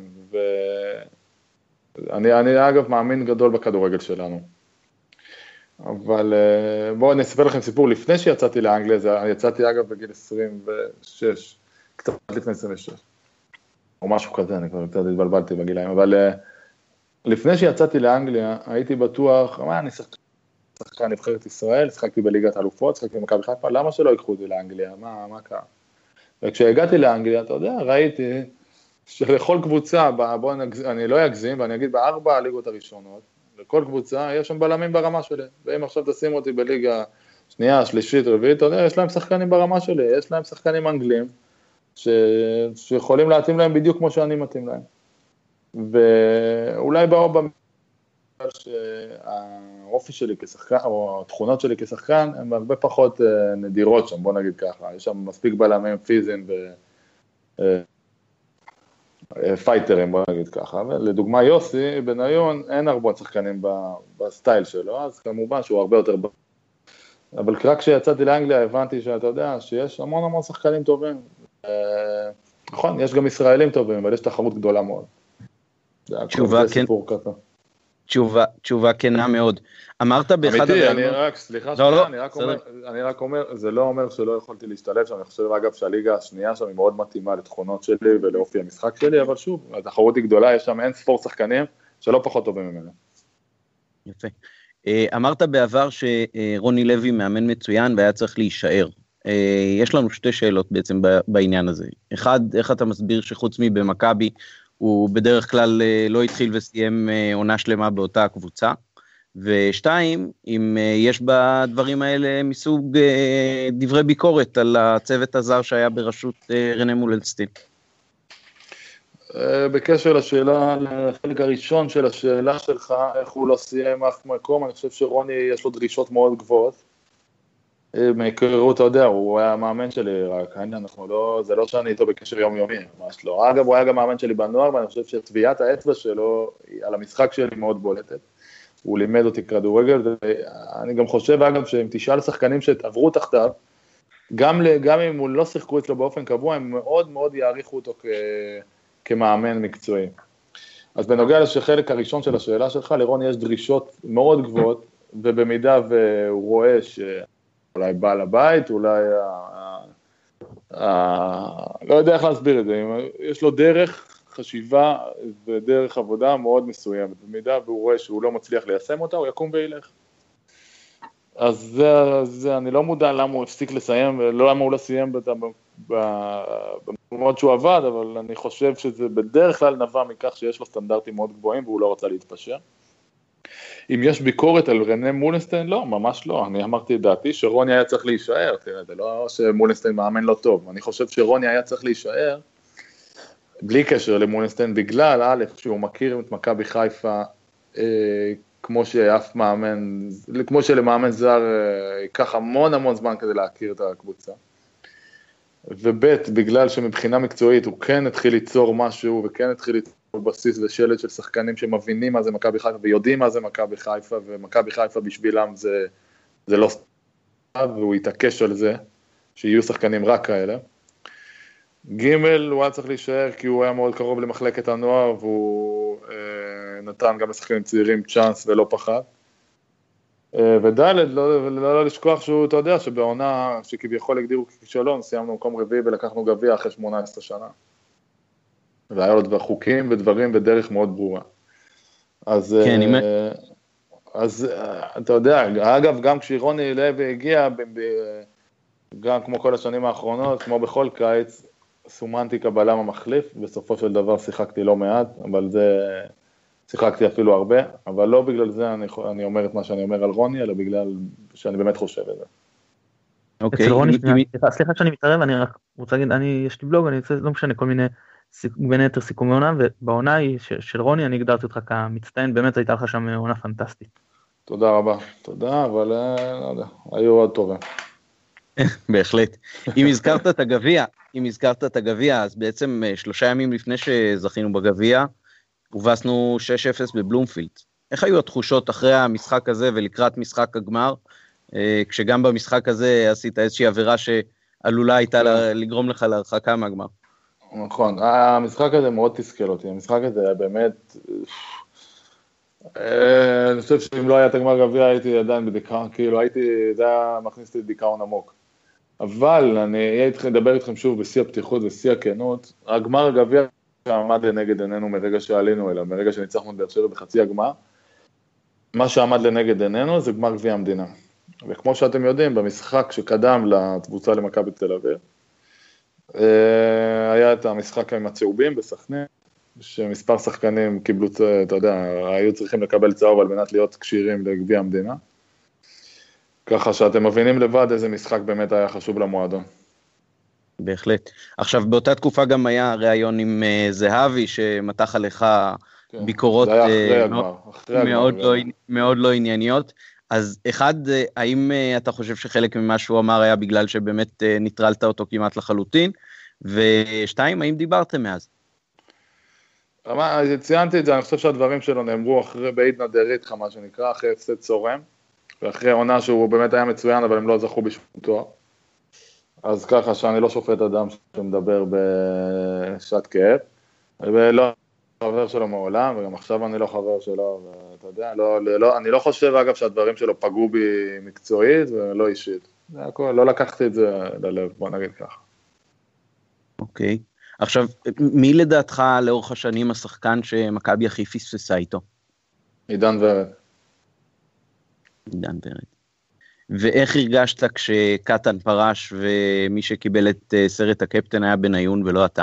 ואני אני, אגב מאמין גדול בכדורגל שלנו. אבל בואו אני אספר לכם סיפור, לפני שיצאתי לאנגליה, זה, אני יצאתי אגב בגיל עשרים ושש, קצת לפני עשרים ושש, או משהו כזה, אני כבר קצת התבלבלתי בגילאים, אבל לפני שיצאתי לאנגליה, הייתי בטוח, מה, אני שחק... שחקן נבחרת ישראל, שחקתי בליגת אלופות, שחקתי במכבי חיפה, למה שלא ייקחו אותי לאנגליה, מה, מה קרה? וכשהגעתי לאנגליה, אתה יודע, ראיתי שלכל קבוצה, בוא נגז... אני לא אגזים, ואני אגיד בארבע הליגות הראשונות, לכל קבוצה יש שם בלמים ברמה שלי, ואם עכשיו תשים אותי בליגה שנייה, שלישית, רביעית, אתה יודע, יש להם שחקנים ברמה שלי, יש להם שחקנים אנגלים, ש... שיכולים להתאים להם בדיוק כמו שאני מתאים להם. ואולי באו במקרה שהאופי שלי כשחקן, או התכונות שלי כשחקן, הן הרבה פחות נדירות שם, בוא נגיד ככה, יש שם מספיק בלמים פיזיים ופייטרים, בוא נגיד ככה, ולדוגמה יוסי בניון, אין הרבה שחקנים בסטייל שלו, אז כמובן שהוא הרבה יותר, אבל רק כשיצאתי לאנגליה הבנתי שאתה יודע, שיש המון המון שחקנים טובים, נכון, יש גם ישראלים טובים, אבל יש תחרות גדולה מאוד. תשובה כן. תשובה, תשובה כנה מאוד. אמרת באחד... אמיתי, אני רק, סליחה שנייה, אני רק אומר, אני רק אומר, זה לא אומר שלא יכולתי להשתלב שם, אני חושב אגב שהליגה השנייה שם היא מאוד מתאימה לתכונות שלי ולאופי המשחק שלי, אבל שוב, התחרות היא גדולה, יש שם אין ספור שחקנים שלא פחות טובים ממנו. יפה. אמרת בעבר שרוני לוי מאמן מצוין והיה צריך להישאר. יש לנו שתי שאלות בעצם בעניין הזה. אחד, איך אתה מסביר שחוץ מבמכבי, הוא בדרך כלל לא התחיל וסיים עונה שלמה באותה הקבוצה, ושתיים, אם יש בדברים האלה מסוג דברי ביקורת על הצוות הזר שהיה בראשות רנה מולנסטין. בקשר לשאלה, לחלק הראשון של השאלה שלך, איך הוא לא סיים אף מקום, אני חושב שרוני יש לו דרישות מאוד גבוהות, מהיכרות, אתה יודע, הוא היה מאמן שלי, רק אנחנו לא, זה לא שאני איתו בקשר יומיומי, ממש לא. אגב, הוא היה גם מאמן שלי בנוער, ואני חושב שטביעת האצבע שלו על המשחק שלי מאוד בולטת. הוא לימד אותי כדורגל, ואני גם חושב, אגב, שאם תשאל שחקנים שעברו תחתיו, גם, גם אם הוא לא שיחקו אצלו באופן קבוע, הם מאוד מאוד יעריכו אותו כ, כמאמן מקצועי. אז בנוגע לשחלק הראשון של השאלה שלך, לרוני יש דרישות מאוד גבוהות, ובמידה והוא רואה ש... אולי בעל הבית, אולי, לא יודע איך להסביר את זה, יש לו דרך חשיבה ודרך עבודה מאוד מסוימת, במידה והוא רואה שהוא לא מצליח ליישם אותה, הוא יקום וילך. אז זה, זה, אני לא מודע למה הוא הפסיק לסיים, ולא למה הוא לא סיים במקומות שהוא עבד, אבל אני חושב שזה בדרך כלל נבע מכך שיש לו סטנדרטים מאוד גבוהים, והוא לא רוצה להתפשר. אם יש ביקורת על רנה מולנשטיין, לא, ממש לא. אני אמרתי את דעתי שרוני היה צריך להישאר, תראה, זה לא שמולנשטיין מאמן לא טוב. אני חושב שרוני היה צריך להישאר, בלי קשר למולנשטיין, בגלל, א', שהוא מכיר את מכבי חיפה, אה, כמו שאף מאמן, כמו שלמאמן זר, אה, ייקח המון המון זמן כדי להכיר את הקבוצה. וב', בגלל שמבחינה מקצועית הוא כן התחיל ליצור משהו, וכן התחיל ליצור בסיס ושלט של שחקנים שמבינים מה זה מכבי חיפה, ויודעים מה זה מכבי חיפה, ומכבי חיפה בשבילם זה, זה לא סתם, והוא יתעקש על זה, שיהיו שחקנים רק כאלה. ג' הוא היה צריך להישאר, כי הוא היה מאוד קרוב למחלקת הנוער, והוא אה, נתן גם לשחקנים צעירים צ'אנס ולא פחד. אה, וד' לא, לא, לא לשכוח שהוא, אתה יודע, שבעונה שכביכול הגדירו ככישלון, סיימנו מקום רביעי ולקחנו גביע אחרי שמונה עשרה שנה. והיה לו דבר חוקים ודברים בדרך מאוד ברורה. אז, כן, uh, אז uh, אתה יודע, אגב, גם כשרוני לוי הגיע, ב- ב- גם כמו כל השנים האחרונות, כמו בכל קיץ, סומנתי כבלם המחליף, בסופו של דבר שיחקתי לא מעט, אבל זה, שיחקתי אפילו הרבה, אבל לא בגלל זה אני, אני אומר את מה שאני אומר על רוני, אלא בגלל שאני באמת חושב את זה. אצל רוני, סליחה שאני מתערב, אני רק רוצה להגיד, אני, יש לי בלוג, אני רוצה, לא משנה, כל מיני, בין היתר סיכומי עונה, ובעונה היא של רוני, אני הגדרתי אותך כמצטיין, באמת הייתה לך שם עונה פנטסטית. תודה רבה, תודה, אבל לא יודע, היו עוד טובים. בהחלט. אם הזכרת את הגביע, אם הזכרת את הגביע, אז בעצם שלושה ימים לפני שזכינו בגביע, הובסנו שש אפס בבלומפילד. איך היו התחושות אחרי המשחק הזה ולקראת משחק הגמר, כשגם במשחק הזה עשית איזושהי עבירה שעלולה הייתה לגרום לך להרחקה מהגמר? נכון, המשחק הזה מאוד תסכל אותי, המשחק הזה היה באמת, אני חושב שאם לא היה את הגמר גביע הייתי עדיין בדיכאון, כאילו הייתי, זה היה מכניס לי דיכאון עמוק. אבל אני הייתי לדבר איתכם שוב בשיא הפתיחות ושיא הכנות, הגמר גביע שעמד לנגד עינינו מרגע שעלינו אליו, מרגע שניצחנו את באר שבע בחצי הגמר, מה שעמד לנגד עינינו זה גמר גביע המדינה. וכמו שאתם יודעים, במשחק שקדם לקבוצה למכבי תל אביב, היה את המשחק עם הצהובים בסכנין, שמספר שחקנים קיבלו, אתה יודע, היו צריכים לקבל צהוב על מנת להיות קשירים לגביע המדינה. ככה שאתם מבינים לבד איזה משחק באמת היה חשוב למועדון. בהחלט. עכשיו, באותה תקופה גם היה ראיון עם זהבי, שמתח עליך כן, ביקורות מאוד, מאוד, לא, מאוד לא ענייניות. אז אחד, האם אתה חושב שחלק ממה שהוא אמר היה בגלל שבאמת ניטרלת אותו כמעט לחלוטין? ושתיים, האם דיברתם מאז? ציינתי את זה, אני חושב שהדברים שלו נאמרו אחרי בעידנא דריתחא, מה שנקרא, אחרי הפסד צורם, ואחרי עונה שהוא באמת היה מצוין, אבל הם לא זכו בשום תואר. אז ככה שאני לא שופט אדם שמדבר בשעת כאב, ולא חבר שלו מעולם, וגם עכשיו אני לא חבר שלו, ואתה יודע, לא, לא, אני לא חושב אגב שהדברים שלו פגעו בי מקצועית ולא אישית. זה הכל, לא לקחתי את זה ללב, בוא נגיד ככה. אוקיי. עכשיו, מי לדעתך לאורך השנים השחקן שמכבי הכי פספסה איתו? עידן ורד. עידן ורד. ואיך הרגשת כשקטן פרש ומי שקיבל את סרט הקפטן היה בניון ולא אתה?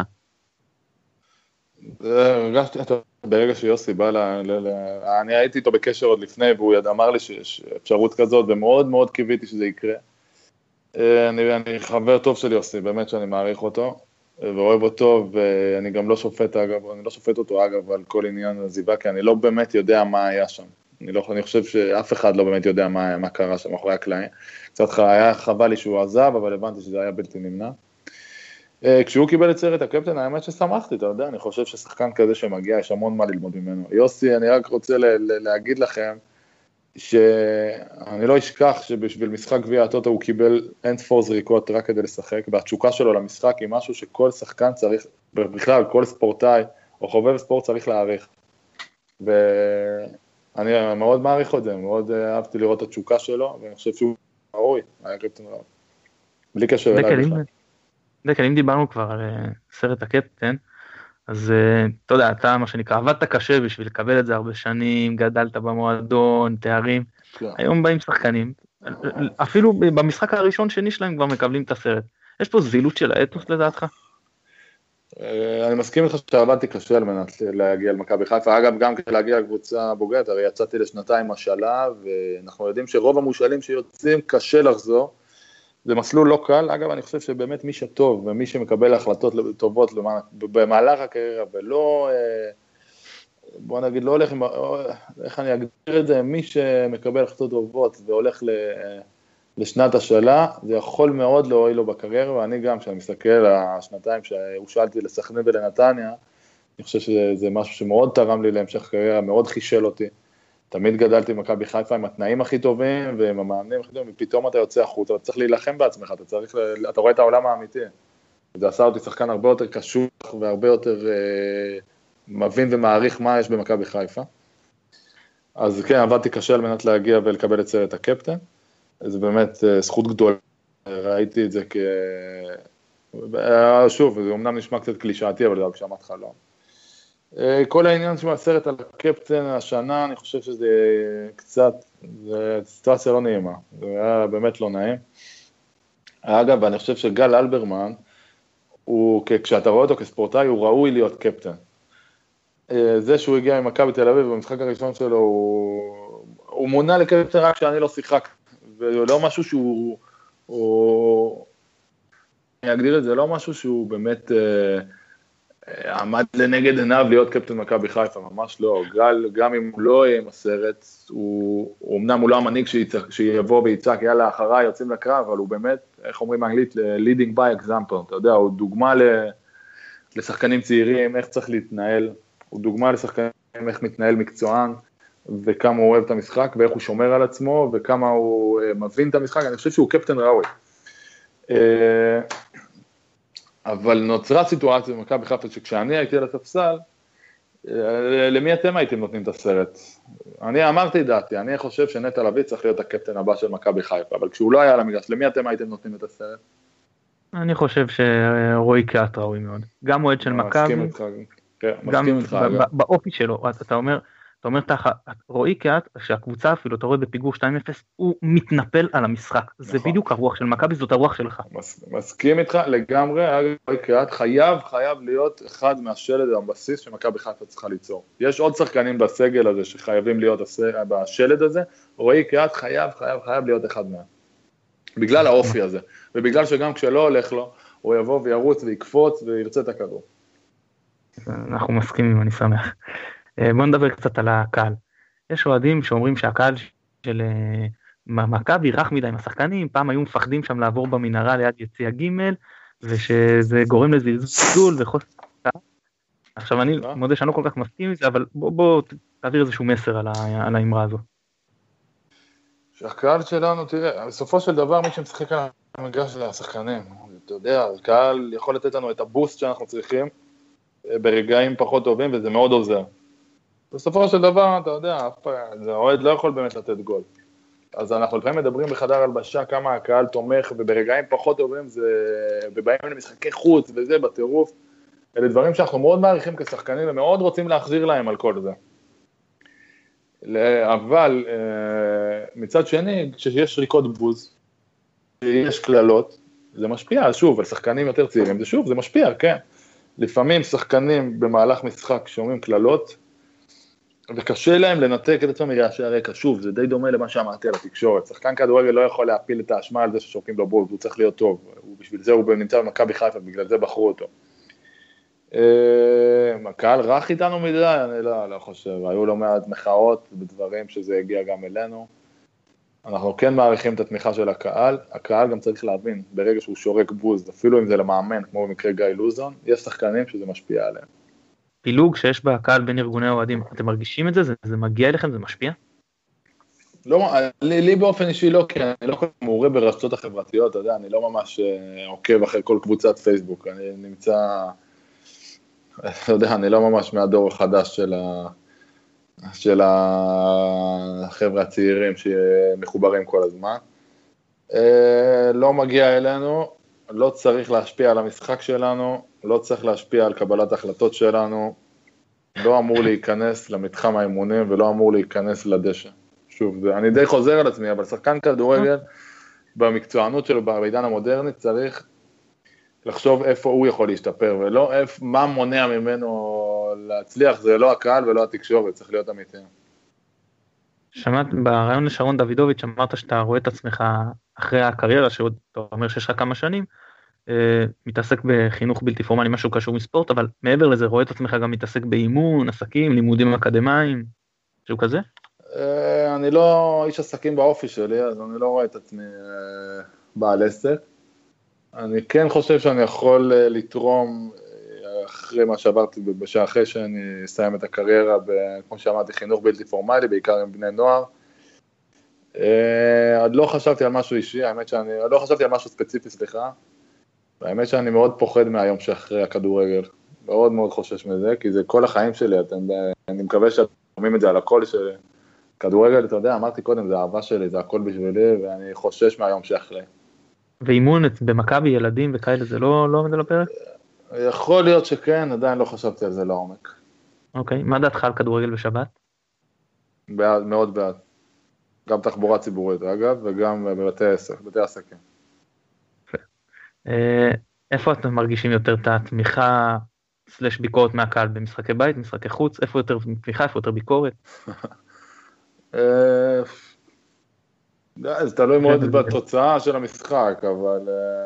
הרגשתי, ברגע שיוסי בא, ל, ל, ל, אני הייתי איתו בקשר עוד לפני, והוא אמר לי שיש אפשרות כזאת, ומאוד מאוד קיוויתי שזה יקרה. אני, אני חבר טוב של יוסי, באמת שאני מעריך אותו, ואוהב אותו, ואני גם לא שופט, אגב, אני לא שופט אותו, אגב, על כל עניין הזיבה, כי אני לא באמת יודע מה היה שם. אני, לא, אני חושב שאף אחד לא באמת יודע מה, מה קרה שם אחרי הקלעים. קצת היה חבל לי שהוא עזב, אבל הבנתי שזה היה בלתי נמנע. כשהוא קיבל את סרט הקפטן, האמת ששמחתי, אתה יודע, אני חושב ששחקן כזה שמגיע, יש המון מה ללמוד ממנו. יוסי, אני רק רוצה להגיד לכם, שאני לא אשכח שבשביל משחק גביע הטוטו הוא קיבל אין ספור זריקות רק כדי לשחק, והתשוקה שלו למשחק היא משהו שכל שחקן צריך, בכלל כל ספורטאי או חובב ספורט צריך להעריך. ואני מאוד מעריך את זה, מאוד אהבתי לראות את התשוקה שלו, ואני חושב שהוא ראוי, היה קפטן ראוי. בלי קשר אליי בכלל. דקל, אם דיברנו כבר על סרט הקפטן, אז אתה יודע, אתה מה שנקרא, עבדת קשה בשביל לקבל את זה הרבה שנים, גדלת במועדון, תארים, היום באים שחקנים, אפילו במשחק הראשון שני שלהם כבר מקבלים את הסרט. יש פה זילות של האתוס לדעתך? אני מסכים איתך שעבדתי קשה על מנת להגיע למכבי חיפה, אגב גם כדי להגיע לקבוצה בוגרת, הרי יצאתי לשנתיים השאלה, ואנחנו יודעים שרוב המושאלים שיוצאים קשה לחזור, זה מסלול לא קל, אגב אני חושב שבאמת מי שטוב, ומי שמקבל החלטות טובות במהלך הקריירה, ולא, בוא נגיד, לא הולך, איך אני אגדיר את זה, מי שמקבל החלטות טובות והולך ל... לשנת השאלה, זה יכול מאוד להועיל לו בקריירה, ואני גם, כשאני מסתכל על השנתיים שהושאלתי לסכנין ולנתניה, אני חושב שזה משהו שמאוד תרם לי להמשך קריירה, מאוד חישל אותי. תמיד גדלתי במכבי חיפה עם התנאים הכי טובים, ועם המאמנים הכי טובים, ופתאום אתה יוצא החוצה, אתה צריך להילחם בעצמך, אתה צריך, אתה רואה את העולם האמיתי. זה עשה אותי שחקן הרבה יותר קשוח, והרבה יותר אה, מבין ומעריך מה יש במכבי חיפה. אז כן, עבדתי קשה על מנת להגיע ולקבל את סרט הקפטן. זה באמת זכות גדולה, ראיתי את זה כ... שוב, זה אומנם נשמע קצת קלישאתי, אבל זה הגשמת חלום. כל העניין של הסרט על הקפטן השנה, אני חושב שזה קצת, זה סיטואציה לא נעימה, זה היה באמת לא נעים. אגב, אני חושב שגל אלברמן, הוא, כשאתה רואה אותו כספורטאי, הוא ראוי להיות קפטן. זה שהוא הגיע ממכבי תל אביב, במשחק הראשון שלו, הוא, הוא מונה לקפטן רק שאני לא שיחק. ולא משהו שהוא, או, אני אגדיר את זה, לא משהו שהוא באמת אה, אה, עמד לנגד עיניו להיות קפטן מכבי חיפה, ממש לא, גל, גם אם הוא לא יהיה עם הסרט, הוא, הוא אמנם הוא לא המנהיג שיבוא ויצעק, יאללה אחריי, יוצאים לקרב, אבל הוא באמת, איך אומרים באנגלית, leading by example, אתה יודע, הוא דוגמה ל, לשחקנים צעירים, איך צריך להתנהל, הוא דוגמה לשחקנים איך מתנהל מקצוען, וכמה הוא אוהב את המשחק, ואיך הוא שומר על עצמו, וכמה הוא מבין את המשחק, אני חושב שהוא קפטן ראוי. אבל נוצרה סיטואציה במכבי חיפה, שכשאני הייתי על הספסל, למי אתם הייתם נותנים את הסרט? אני אמרתי דעתי, אני חושב שנטע לביא צריך להיות הקפטן הבא של מכבי חיפה, אבל כשהוא לא היה על המגרש, למי אתם הייתם נותנים את הסרט? אני חושב שרועי קהת ראוי מאוד. גם אוהד של מכבי, גם באופי שלו, אתה אומר, אתה אומר תחת, רועי קהת, שהקבוצה אפילו, אתה רואה בפיגור שתיים אפס, הוא מתנפל על המשחק. זה בדיוק הרוח של מכבי, זאת הרוח שלך. מסכים איתך לגמרי, רועי קהת חייב, חייב להיות אחד מהשלד הבסיס שמכבי חיפה צריכה ליצור. יש עוד שחקנים בסגל הזה שחייבים להיות בשלד הזה, רועי קהת חייב, חייב, חייב להיות אחד מהם. בגלל האופי הזה, ובגלל שגם כשלא הולך לו, הוא יבוא וירוץ ויקפוץ וירצה את הכדור. אנחנו מסכימים, אני שמח. בוא נדבר קצת על הקהל. יש אוהדים שאומרים שהקהל של מכבי רך מדי עם השחקנים, פעם היו מפחדים שם לעבור במנהרה ליד יציע ג' ושזה גורם לזלזול וחוסר קהל. עכשיו אני מודה שאני לא כל כך מסכים עם זה, אבל בוא, בוא תעביר איזשהו מסר על, ה, על האמרה הזו. שהקהל שלנו, תראה, בסופו של דבר מי שמשחק על המגרש של השחקנים, אתה יודע, הקהל יכול לתת לנו את הבוסט שאנחנו צריכים ברגעים פחות טובים, וזה מאוד עוזר. בסופו של דבר, אתה יודע, האוהד לא יכול באמת לתת גול. אז אנחנו לפעמים מדברים בחדר הלבשה כמה הקהל תומך, וברגעים פחות טובים זה, ובאים למשחקי חוץ וזה בטירוף, אלה דברים שאנחנו מאוד מעריכים כשחקנים, ומאוד רוצים להחזיר להם על כל זה. אבל מצד שני, כשיש ריקות בוז, כשיש כללות, זה משפיע, שוב, על שחקנים יותר צעירים, זה שוב, זה משפיע, כן. לפעמים שחקנים במהלך משחק שומעים כללות, וקשה להם לנתק את עצמם מרעשי הרקע, שוב, זה די דומה למה שאמרתי על התקשורת, שחקן כדורגל לא יכול להפיל את האשמה על זה ששורקים לו בוז, הוא צריך להיות טוב, ובשביל זה הוא נמצא במכבי חיפה, בגלל זה בחרו אותו. הקהל רך איתנו מדי, אני לא, לא חושב, היו לא מעט מחאות בדברים שזה הגיע גם אלינו, אנחנו כן מעריכים את התמיכה של הקהל, הקהל גם צריך להבין, ברגע שהוא שורק בוז, אפילו אם זה למאמן, כמו במקרה גיא לוזון, יש שחקנים שזה משפיע עליהם. פילוג שיש בקהל בין ארגוני האוהדים, אתם מרגישים את זה? זה, זה מגיע אליכם? זה משפיע? לא, לי, לי באופן אישי לא, כי אני לא כל כך מעורה ברשתות החברתיות, אתה יודע, אני לא ממש עוקב אחרי כל קבוצת פייסבוק, אני נמצא, אתה יודע, אני לא ממש מהדור החדש של ה... של החבר'ה הצעירים שמחוברים כל הזמן. לא מגיע אלינו, לא צריך להשפיע על המשחק שלנו, לא צריך להשפיע על קבלת ההחלטות שלנו, לא אמור להיכנס למתחם האימונים, ולא אמור להיכנס לדשא. שוב, אני די חוזר על עצמי, אבל שחקן כדורגל, במקצוענות שלו, בעידן המודרני, צריך לחשוב איפה הוא יכול להשתפר, ולא איפה, מה מונע ממנו להצליח, זה לא הקהל ולא התקשורת, צריך להיות אמיתי. שמעת, ברעיון לשרון דוידוביץ', אמרת שאתה רואה את עצמך אחרי הקריירה, שעוד, אתה אומר שיש לך כמה שנים, אה, מתעסק בחינוך בלתי פורמלי, משהו קשור מספורט, אבל מעבר לזה, רואה את עצמך גם מתעסק באימון, עסקים, לימודים אקדמיים, משהו כזה? אה, אני לא איש עסקים באופי שלי, אז אני לא רואה את עצמי אה, בעל עסק. אני כן חושב שאני יכול לתרום אחרי מה שעברתי, אחרי שאני אסיים את הקריירה, כמו שאמרתי, חינוך בלתי פורמלי, בעיקר עם בני נוער. עוד לא חשבתי על משהו אישי, האמת שאני, עוד לא חשבתי על משהו ספציפי, סליחה. האמת שאני מאוד פוחד מהיום שאחרי הכדורגל. מאוד מאוד חושש מזה, כי זה כל החיים שלי, אתם, אני מקווה שאתם שומעים את זה על הכל, שכדורגל, אתה יודע, אמרתי קודם, זה אהבה שלי, זה הכל בשבילי, ואני חושש מהיום שאחרי. ואימון במכבי ילדים וכאלה, זה לא, לא עומד על הפרק? יכול להיות שכן, עדיין לא חשבתי על זה לעומק. אוקיי, מה דעתך על כדורגל בשבת? בעד, מאוד בעד. גם תחבורה ציבורית, אגב, וגם בבתי עסק, בתי עסקים. איפה אתם מרגישים יותר את התמיכה סלש ביקורת מהקהל, במשחקי בית, משחקי חוץ? איפה יותר תמיכה, איפה יותר ביקורת? זה תלוי מאוד בתוצאה של המשחק, אבל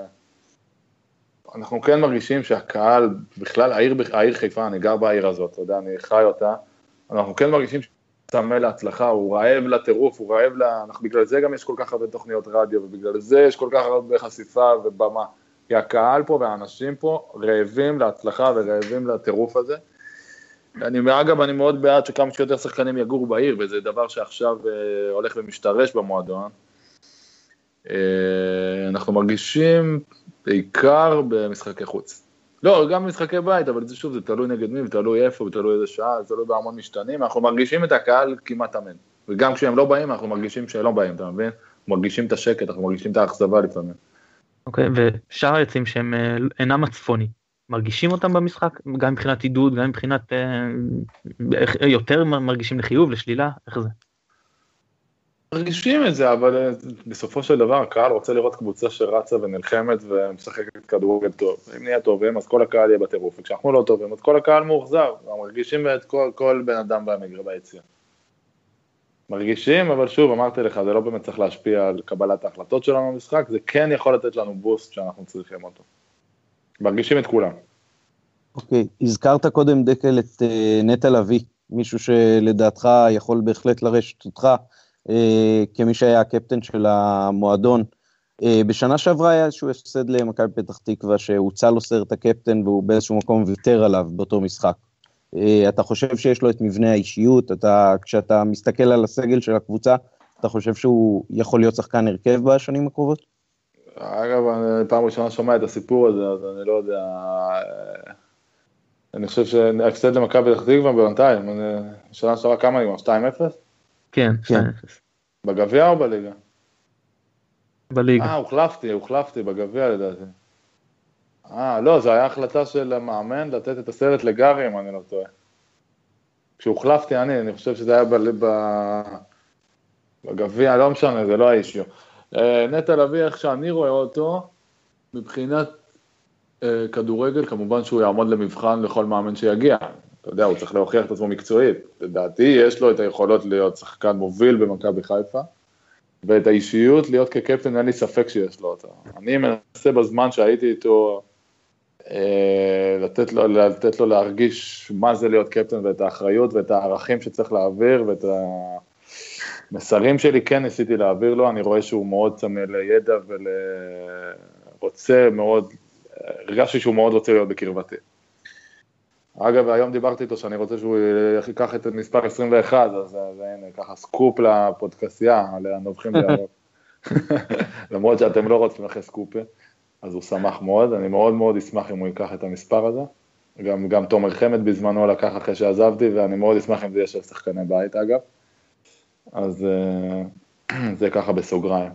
אנחנו כן מרגישים שהקהל, בכלל העיר, העיר חיפה, אני גר בעיר הזאת, אתה יודע, אני חי אותה, אנחנו כן מרגישים שצמא להצלחה, הוא רעב לטירוף, הוא רעב לה, אנחנו בגלל זה גם יש כל כך הרבה תוכניות רדיו, ובגלל זה יש כל כך הרבה חשיפה ובמה, כי הקהל פה והאנשים פה רעבים להצלחה ורעבים לטירוף הזה. אני, אגב, אני מאוד בעד שכמה שיותר שחקנים יגורו בעיר, וזה דבר שעכשיו אה, הולך ומשתרש במועדון. אה, אנחנו מרגישים בעיקר במשחקי חוץ. לא, גם במשחקי בית, אבל זה שוב, זה תלוי נגד מי, ותלוי איפה, ותלוי איזה שעה, זה תלוי בהמון משתנים. אנחנו מרגישים את הקהל כמעט אמן. וגם כשהם לא באים, אנחנו מרגישים שהם לא באים, אתה מבין? אנחנו מרגישים את השקט, אנחנו מרגישים את האכזבה לפעמים. אוקיי, ושאר היוצאים שהם אינם הצפוני, מרגישים אותם במשחק, גם מבחינת עידוד, גם מבחינת, אה, יותר מרגישים לחיוב, לשלילה, איך זה? מרגישים את זה, אבל בסופו של דבר הקהל רוצה לראות קבוצה שרצה ונלחמת ומשחקת כדורגל טוב. אם נהיה טובים, אז כל הקהל יהיה בטירוף, וכשאנחנו לא טובים, אז כל הקהל מאוחזר, מרגישים את כל, כל בן אדם במגרש ביציע. מרגישים, אבל שוב, אמרתי לך, זה לא באמת צריך להשפיע על קבלת ההחלטות שלנו במשחק, זה כן יכול לתת לנו בוסט שאנחנו צריכים אותו. מרגישים את כולם. אוקיי, הזכרת קודם דקל את uh, נטע לביא, מישהו שלדעתך יכול בהחלט לרשת אותך, uh, כמי שהיה הקפטן של המועדון. Uh, בשנה שעברה היה איזשהו הפסד למכבי פתח תקווה, שהוצא לו סרט הקפטן, והוא באיזשהו מקום ויתר עליו באותו משחק. Uh, אתה חושב שיש לו את מבנה האישיות, אתה, כשאתה מסתכל על הסגל של הקבוצה, אתה חושב שהוא יכול להיות שחקן הרכב בשנים הקרובות? אגב, אני פעם ראשונה שומע את הסיפור הזה, אז אני לא יודע, אני חושב שהפסד למכבי פתח תקווה בינתיים, שנה שעברה כמה נגמר? שתיים אפס? כן, שתיים אפס. בגביע או בליגה? בליגה. אה, הוחלפתי, הוחלפתי בגביע לדעתי. אה, לא, זו הייתה החלטה של המאמן לתת את הסרט לגרי, אם אני לא טועה. כשהוחלפתי אני, אני חושב שזה היה בגביע, לא משנה, זה לא האישיו. נטע לביא, איך שאני רואה אותו, מבחינת כדורגל, כמובן שהוא יעמוד למבחן לכל מאמן שיגיע. אתה יודע, הוא צריך להוכיח את עצמו מקצועית. לדעתי, יש לו את היכולות להיות שחקן מוביל במכבי חיפה, ואת האישיות להיות כקפטן, אין לי ספק שיש לו אותה. אני מנסה בזמן שהייתי איתו, לתת לו, לתת לו להרגיש מה זה להיות קפטן, ואת האחריות, ואת הערכים שצריך להעביר, ואת המסרים שלי כן ניסיתי להעביר לו, אני רואה שהוא מאוד צמא לידע, ורוצה מאוד, הרגשתי שהוא מאוד רוצה להיות בקרבתי. אגב, היום דיברתי איתו שאני רוצה שהוא ייקח את מספר עשרים ואחת, אז זה הנה, ככה סקופ לפודקאסיה, לנובחים בירוק. למרות שאתם לא רוצים אחרי סקופה, אז הוא שמח מאוד, אני מאוד מאוד אשמח אם הוא ייקח את המספר הזה. גם, גם תומר חמד בזמנו לקח אחרי שעזבתי, ואני מאוד אשמח אם זה יהיה של שחקני בית, אגב. אז זה ככה בסוגריים.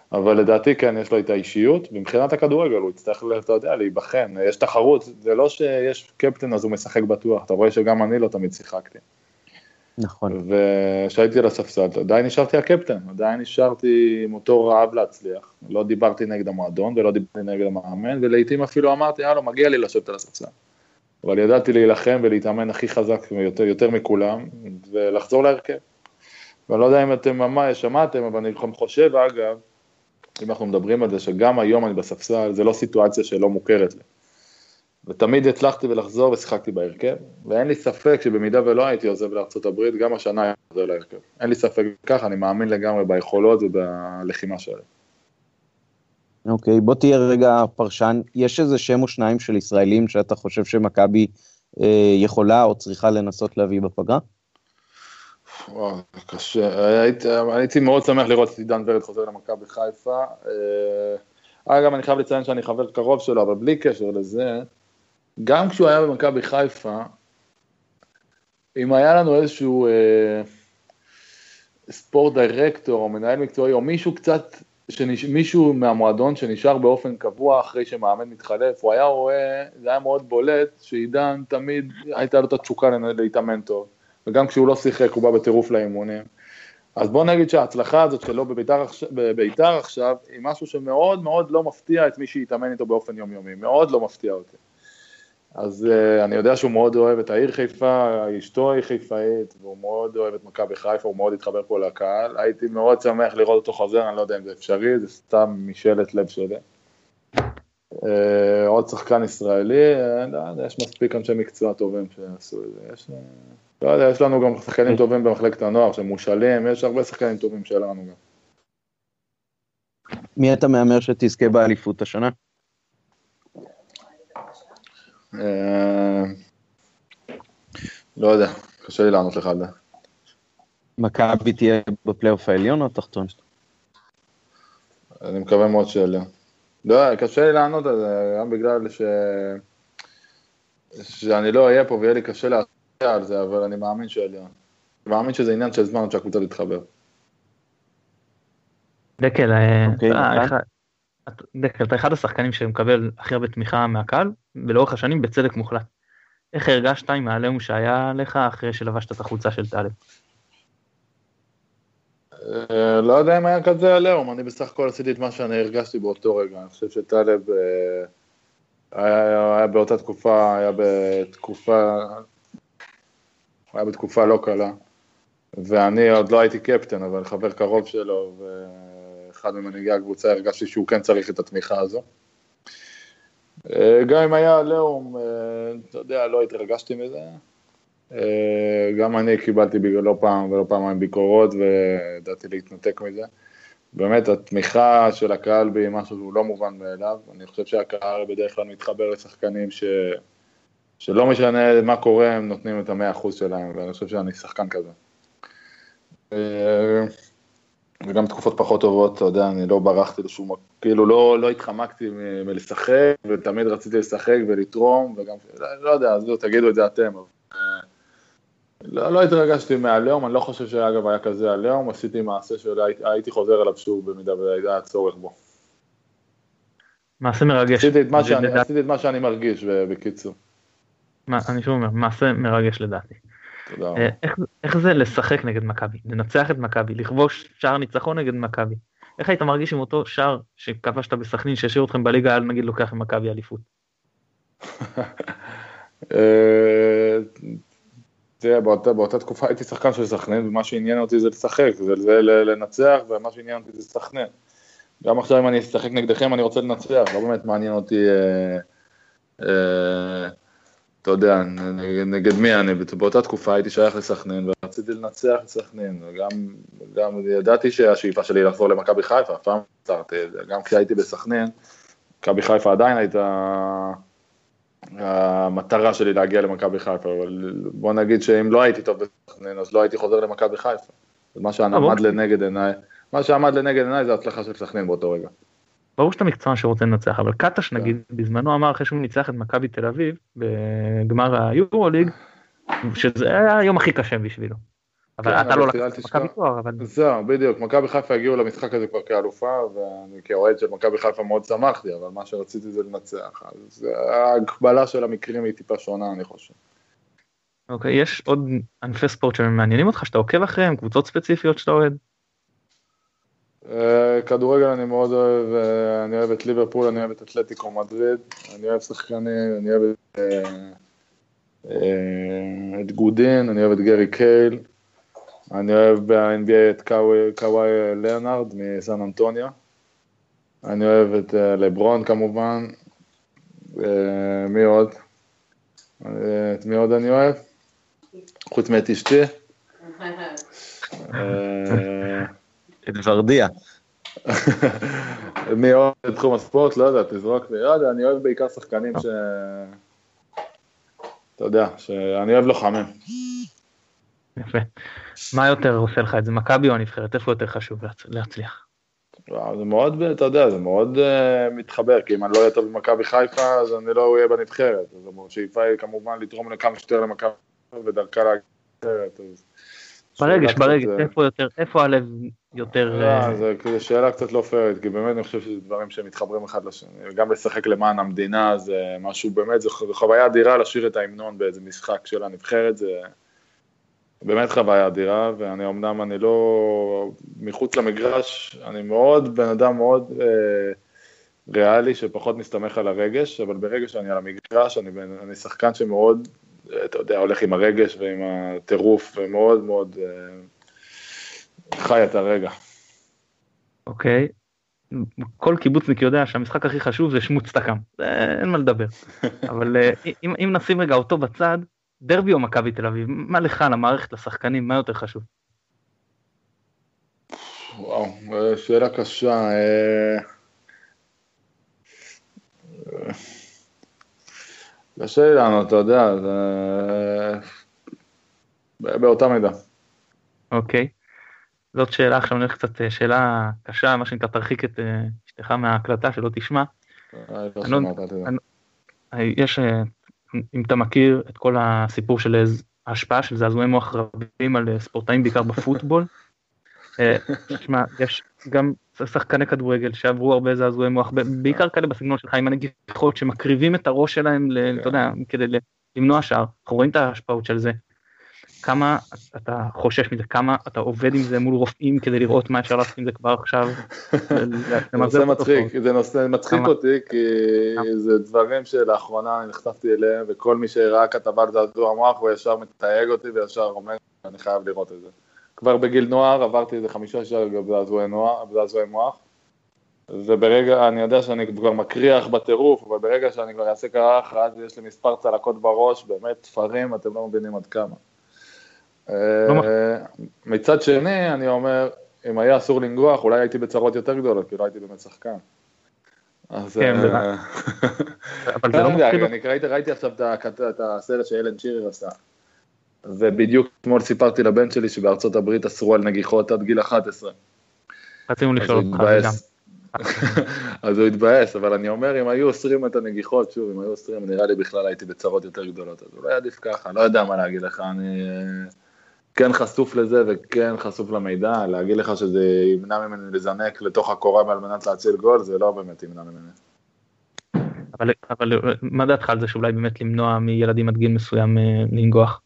אבל לדעתי כן, יש לו את האישיות, ומבחינת הכדורגל הוא יצטרך, אתה יודע, להיבחן, יש תחרות, זה לא שיש קפטן אז הוא משחק בטוח, אתה רואה שגם אני לא תמיד שיחקתי. נכון. ושהייתי על הספסל, עדיין נשארתי הקפטן, עדיין נשארתי עם אותו רעב להצליח, לא דיברתי נגד המועדון ולא דיברתי נגד המאמן, ולעיתים אפילו אמרתי, יאללה, מגיע לי לשבת על הספסל. אבל ידעתי להילחם ולהתאמן הכי חזק יותר, יותר מכולם, ולחזור להרכב. ואני לא יודע אם אתם ממש שמעתם, אבל אני חושב, אגב, אם אנחנו מדברים על זה, שגם היום אני בספסל, זה לא סיטואציה שלא מוכרת לי. ותמיד הצלחתי ולחזור ושיחקתי בהרכב, ואין לי ספק שבמידה ולא הייתי עוזב לארצות הברית, גם השנה הייתי עוזב להרכב. אין לי ספק ככה, אני מאמין לגמרי ביכולות ובלחימה שלי. אוקיי, בוא תהיה רגע פרשן. יש איזה שם או שניים של ישראלים שאתה חושב שמכבי אה, יכולה או צריכה לנסות להביא בפגרה? וואו, קשה. הייתי, הייתי מאוד שמח לראות את עידן ורד חוזר למכבי חיפה. אגב, אני חייב לציין שאני חבר קרוב שלו, אבל בלי קשר לזה, גם כשהוא היה במכבי חיפה, אם היה לנו איזשהו אה, ספורט דירקטור או מנהל מקצועי, או מישהו קצת, שנש... מישהו מהמועדון שנשאר באופן קבוע אחרי שמאמן מתחלף, הוא היה רואה, זה היה מאוד בולט, שעידן תמיד הייתה לו את התשוקה להתאמן טוב. וגם כשהוא לא שיחק, הוא בא בטירוף לאימונים. אז בוא נגיד שההצלחה הזאת שלו בביתר עכשיו, בביתר עכשיו, היא משהו שמאוד מאוד לא מפתיע את מי שיתאמן איתו באופן יומיומי, מאוד לא מפתיע אותי. אז uh, אני יודע שהוא מאוד אוהב את העיר חיפה, אשתו היא חיפאית, והוא מאוד אוהב את מכבי חיפה, הוא מאוד התחבר פה לקהל. הייתי מאוד שמח לראות אותו חוזר, אני לא יודע אם זה אפשרי, זה סתם משאלת לב שלי. Uh, עוד שחקן ישראלי, uh, לא, יש מספיק אנשי מקצוע טובים שעשו את זה, יש... Uh... לא יודע, יש לנו גם שחקנים טובים במחלקת הנוער, שמושאלים, יש הרבה שחקנים טובים שלנו גם. מי אתה מאמר שתזכה באליפות השנה? לא יודע, קשה לי לענות לך על זה. מכבי תהיה בפלייאוף העליון או תחתון? אני מקווה מאוד שעליון. לא, קשה לי לענות על זה, גם בגלל ש... שאני לא אהיה פה ויהיה לי קשה לעשות על זה, אבל אני מאמין שעליון. אני מאמין שזה עניין של זמן שהקבוצה תתחבר. דקל, דקל, אתה אחד השחקנים שמקבל הכי הרבה תמיכה מהקהל, ולאורך השנים בצדק מוחלט. איך הרגשת עם העליהום שהיה לך אחרי שלבשת את החולצה של טלב? לא יודע אם היה כזה עליהום, אני בסך הכל עשיתי את מה שאני הרגשתי באותו רגע. אני חושב שטלב היה באותה תקופה, היה בתקופה... היה בתקופה לא קלה, ואני עוד לא הייתי קפטן, אבל חבר קרוב שלו, ואחד ממנהיגי הקבוצה הרגשתי שהוא כן צריך את התמיכה הזו. גם אם היה עליהום, אתה יודע, לא התרגשתי מזה, גם אני קיבלתי לא פעם ולא פעמיים ביקורות, ודעתי להתנתק מזה. באמת, התמיכה של הקהל בי משהו שהוא לא מובן מאליו, אני חושב שהקהל בדרך כלל מתחבר לשחקנים ש... שלא משנה מה קורה, הם נותנים את המאה אחוז שלהם, ואני חושב שאני שחקן כזה. וגם תקופות פחות טובות, אתה יודע, אני לא ברחתי לשום, כאילו לא, לא התחמקתי מ- מלשחק, ותמיד רציתי לשחק ולתרום, וגם, לא יודע, אז לא, תגידו את זה אתם. לא, לא התרגשתי מהעליהום, אני לא חושב שאגב היה כזה עליהום, עשיתי מעשה שהייתי חוזר אליו שוב במידה והיה צורך בו. מעשה מרגש. עשיתי את מה שאני, עשיתי את מה שאני מרגיש, בקיצור. מה, אני שוב אומר, מעשה מרגש לדעתי. תודה רבה. איך, איך זה לשחק נגד מכבי, לנצח את מכבי, לכבוש שער ניצחון נגד מכבי? איך היית מרגיש עם אותו שער שכבשת בסכנין, שהשאיר אתכם בליגה, נגיד לוקח עם מכבי אליפות? תראה, באותה, באותה תקופה הייתי שחקן של סכנין, ומה שעניין אותי זה לשחק, זה לנצח, ומה שעניין אותי זה סכנין. גם עכשיו אם אני אשחק נגדכם, אני רוצה לנצח, לא באמת מעניין אותי... אתה יודע, נגד מי אני, באותה תקופה הייתי שייך לסכנין, ורציתי לנצח לסכנין, וגם גם ידעתי שהשאיפה שלי לחזור למכבי חיפה, פעם עצרתי את זה, גם כשהייתי בסכנין, מכבי חיפה עדיין הייתה המטרה שלי להגיע למכבי חיפה, אבל בוא נגיד שאם לא הייתי טוב בסכנין, אז לא הייתי חוזר למכבי חיפה, מה שעמד לנגד עיניי, מה שעמד לנגד עיניי זה הצלחה של סכנין באותו רגע. ברור שאתה מקצוען שרוצה לנצח, אבל קטש נגיד, בזמנו אמר אחרי שהוא ניצח את מכבי תל אביב, בגמר היורוליג, שזה היה היום הכי קשה בשבילו. אבל כן, אתה לא אבל לקחת מכבי תואר, אבל... זהו, בדיוק, מכבי חיפה הגיעו למשחק הזה כבר כאלופה, ואני כאוהד של מכבי חיפה מאוד שמחתי, אבל מה שרציתי זה לנצח, אז ההגבלה של המקרים היא טיפה שונה, אני חושב. אוקיי, יש עוד ענפי ספורט שמעניינים אותך, שאתה עוקב אחריהם, קבוצות ספציפיות שאתה אוהד? כדורגל אני מאוד אוהב, אני אוהב את ליברפול, אני אוהב את אתלטיקו מדריד, אני אוהב שחקנים, אני אוהב את, את גודין, אני אוהב את גרי קייל, אני אוהב ב-אן בי איי את קוואי ליאונרד מסן אנטוניו, אני אוהב את לברון כמובן, מי עוד? את מי עוד אני אוהב? חוץ מאת אשתי. את ורדיה. מי אוהב את תחום הספורט? לא יודע, תזרוק לי. לא יודע, אני אוהב בעיקר שחקנים ש... אתה יודע, שאני אוהב לוחמים. יפה. מה יותר עושה לך את זה, מכבי או הנבחרת? איפה יותר חשוב להצליח? זה מאוד, אתה יודע, זה מאוד מתחבר, כי אם אני לא אהיה טוב במכבי חיפה, אז אני לא אהיה בנבחרת. אז השאיפה היא כמובן לתרום לכמה שיותר למכבי ודרכה להגברת. ברגש, ברגש, איפה יותר, איפה הלב יותר... זה שאלה קצת לא פיירת, כי באמת אני חושב שזה דברים שמתחברים אחד לשני, גם לשחק למען המדינה, זה משהו באמת, זה חוויה אדירה לשיר את ההמנון באיזה משחק של הנבחרת, זה באמת חוויה אדירה, ואני אמנם, אני לא מחוץ למגרש, אני מאוד, בן אדם מאוד ריאלי, שפחות מסתמך על הרגש, אבל ברגע שאני על המגרש, אני, אני שחקן שמאוד, אתה יודע, הולך עם הרגש ועם הטירוף, ומאוד מאוד חי את הרגע. אוקיי. כל קיבוצניק יודע שהמשחק הכי חשוב זה שמוץ תקם. אין מה לדבר. אבל אם, אם נשים רגע אותו בצד, דרבי או מכבי תל אביב, מה לך, למערכת, לשחקנים, מה יותר חשוב? וואו, שאלה קשה. קשה לנו, אתה יודע, זה... באותה מידה. אוקיי. זאת שאלה, עכשיו נלך קצת שאלה קשה, מה שנקרא, תרחיק את אשתך מההקלטה, שלא תשמע. יש, אם אתה מכיר את כל הסיפור של ההשפעה של זעזועי מוח רבים על ספורטאים, בעיקר בפוטבול, תשמע, יש גם שחקני כדורגל שעברו הרבה זעזועי מוח, בעיקר כאלה בסגנון שלך, עם הנגיחות שמקריבים את הראש שלהם, אתה יודע, כדי למנוע שער, אנחנו רואים את ההשפעות של זה, כמה אתה חושש מזה, כמה אתה עובד עם זה מול רופאים כדי לראות מה אפשר לעשות עם זה כבר עכשיו. זה נושא מצחיק, זה נושא מצחיק אותי, כי זה דברים שלאחרונה אני נחשפתי אליהם, וכל מי שראה כתבה על זעזוע מוח, הוא ישר מתייג אותי וישר אומר, אני חייב לראות את זה. כבר בגיל נוער עברתי איזה חמישה שעה בזעזועי מוח, וברגע, אני יודע שאני כבר מקריח בטירוף, אבל ברגע שאני כבר אעשה ככה, אז יש לי מספר צלקות בראש, באמת תפרים, אתם לא מבינים עד כמה. מצד שני, אני אומר, אם היה אסור לנגוח, אולי הייתי בצרות יותר גדולות, כי לא הייתי באמת שחקן. אז... אבל זה לא מפחיד. אני ראיתי עכשיו את הסרט שאלן שירר עשה, ובדיוק אתמול סיפרתי לבן שלי שבארצות הברית אסרו על נגיחות עד גיל אחת עשרה. רצינו לשאול אותך גם. אז הוא התבאס, אבל אני אומר, אם היו אוסרים את הנגיחות, שוב, אם היו אוסרים, נראה לי בכלל הייתי בצרות יותר גדולות, אז אולי עדיף ככה, לא יודע מה להגיד לך, אני כן חשוף לזה וכן חשוף למידע, להגיד לך שזה ימנע ממני לזנק לתוך הקורה על מנת להציל גול, זה לא באמת ימנע ממני. אבל, אבל מה דעתך על זה שאולי באמת למנוע מילדים עד גיל מסוים לנגוח?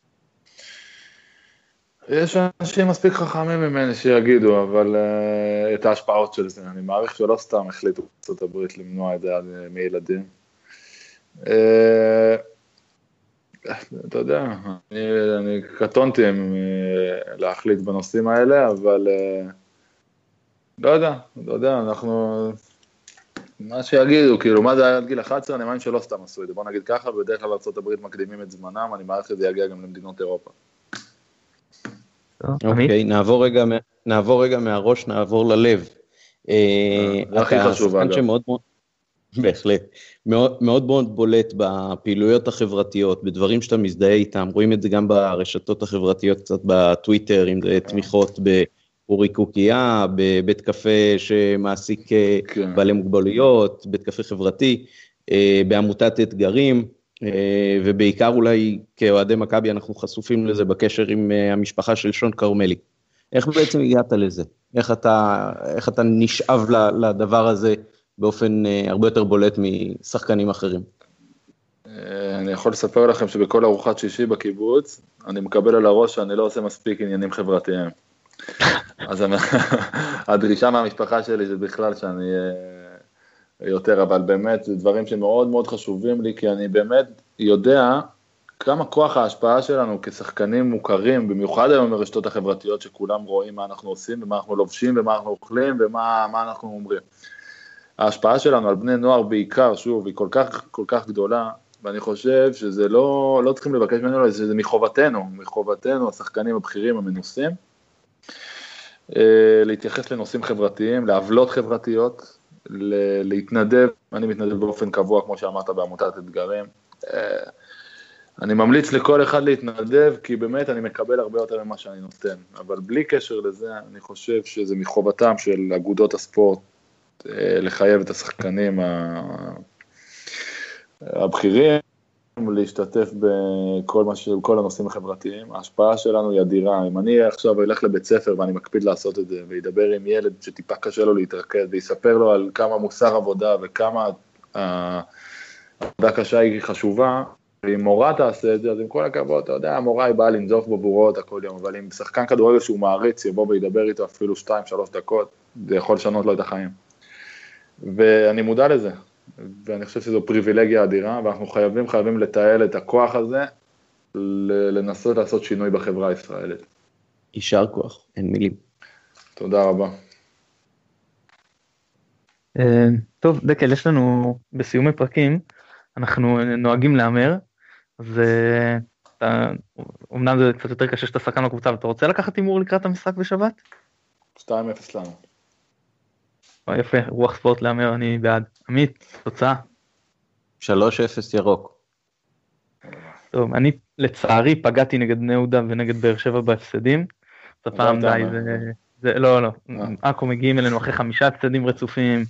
יש אנשים מספיק חכמים ממני שיגידו, אבל uh, את ההשפעות של זה, אני מעריך שלא סתם החליטו בארצות הברית למנוע את זה מילדים. Uh, אתה יודע, אני, אני קטונתי עם uh, להחליט בנושאים האלה, אבל uh, לא יודע, לא יודע, אנחנו, מה שיגידו, כאילו, מה זה היה עד גיל אחת עשרה, אני מאמין שלא סתם עשו את זה, בוא נגיד ככה, בדרך כלל בארצות הברית מקדימים את זמנם, אני מעריך שזה יגיע גם למדינות אירופה. אוקיי, נעבור רגע, נעבור רגע מהראש, נעבור ללב. זה הכי חשוב, אגב. בהחלט, מאוד מאוד בולט בפעילויות החברתיות, בדברים שאתה מזדהה איתם, רואים את זה גם ברשתות החברתיות, קצת בטוויטר, אם זה תמיכות באורי קוקייה, בבית קפה שמעסיק בעלי מוגבלויות, בית קפה חברתי, בעמותת אתגרים, ובעיקר אולי כאוהדי מכבי אנחנו חשופים לזה בקשר עם המשפחה של שון קרמלי. איך בעצם הגעת לזה? איך אתה, איך אתה נשאב לדבר הזה באופן הרבה יותר בולט משחקנים אחרים? אני יכול לספר לכם שבכל ארוחת שישי בקיבוץ, אני מקבל על הראש שאני לא עושה מספיק עניינים חברתיים. אז הדרישה מהמשפחה שלי זה בכלל שאני יותר, אבל באמת זה דברים שמאוד מאוד חשובים לי, כי אני באמת יודע כמה כוח ההשפעה שלנו כשחקנים מוכרים, במיוחד היום ברשתות החברתיות שכולם רואים מה אנחנו עושים ומה אנחנו לובשים ומה אנחנו אוכלים ומה מה אנחנו אומרים. ההשפעה שלנו על בני נוער בעיקר, שוב, היא כל כך, כל כך גדולה, ואני חושב שזה לא, לא צריכים לבקש ממנו, זה מחובתנו, מחובתנו, השחקנים הבכירים המנוסים, להתייחס לנושאים חברתיים, לעוולות חברתיות, להתנדב, אני מתנדב באופן קבוע, כמו שאמרת, בעמותת אתגרים. אני ממליץ לכל אחד להתנדב, כי באמת אני מקבל הרבה יותר ממה שאני נותן, אבל בלי קשר לזה, אני חושב שזה מחובתם של אגודות הספורט, לחייב את השחקנים הבכירים, להשתתף בכל מה ש... כל הנושאים החברתיים. ההשפעה שלנו היא אדירה. אם אני עכשיו אלך לבית ספר ואני מקפיד לעשות את זה, וידבר עם ילד שטיפה קשה לו להתרכז, ויספר לו על כמה מוסר עבודה וכמה העבודה קשה היא חשובה, ואם מורה תעשה את זה, אז עם כל הכבוד, אתה יודע, המורה היא באה לנזוף בבורות הכל יום, אבל אם שחקן כדורגל שהוא מעריץ, יבוא וידבר איתו אפילו שתיים, שלוש דקות, זה יכול לשנות לו את החיים. ואני מודע לזה. ואני חושב שזו פריבילגיה אדירה, ואנחנו חייבים, חייבים לתעל את הכוח הזה, לנסות לעשות שינוי בחברה הישראלית. יישר כוח, אין מילים. תודה רבה. טוב, דקל, יש לנו בסיומי פרקים, אנחנו נוהגים לאמר, אז אמנם זה קצת יותר קשה שאתה שחקן בקבוצה, ואתה רוצה לקחת הימור לקראת המשחק בשבת? שתיים אפס לנו. יפה, רוח ספורט לאמר, אני בעד. עמית, תוצאה? שלוש אפס ירוק. טוב, אני לצערי פגעתי נגד בני יהודה ונגד באר שבע בהפסדים. זאת פעם די, זה, לא, לא. עכו מגיעים אלינו אחרי חמישה הפסדים רצופים.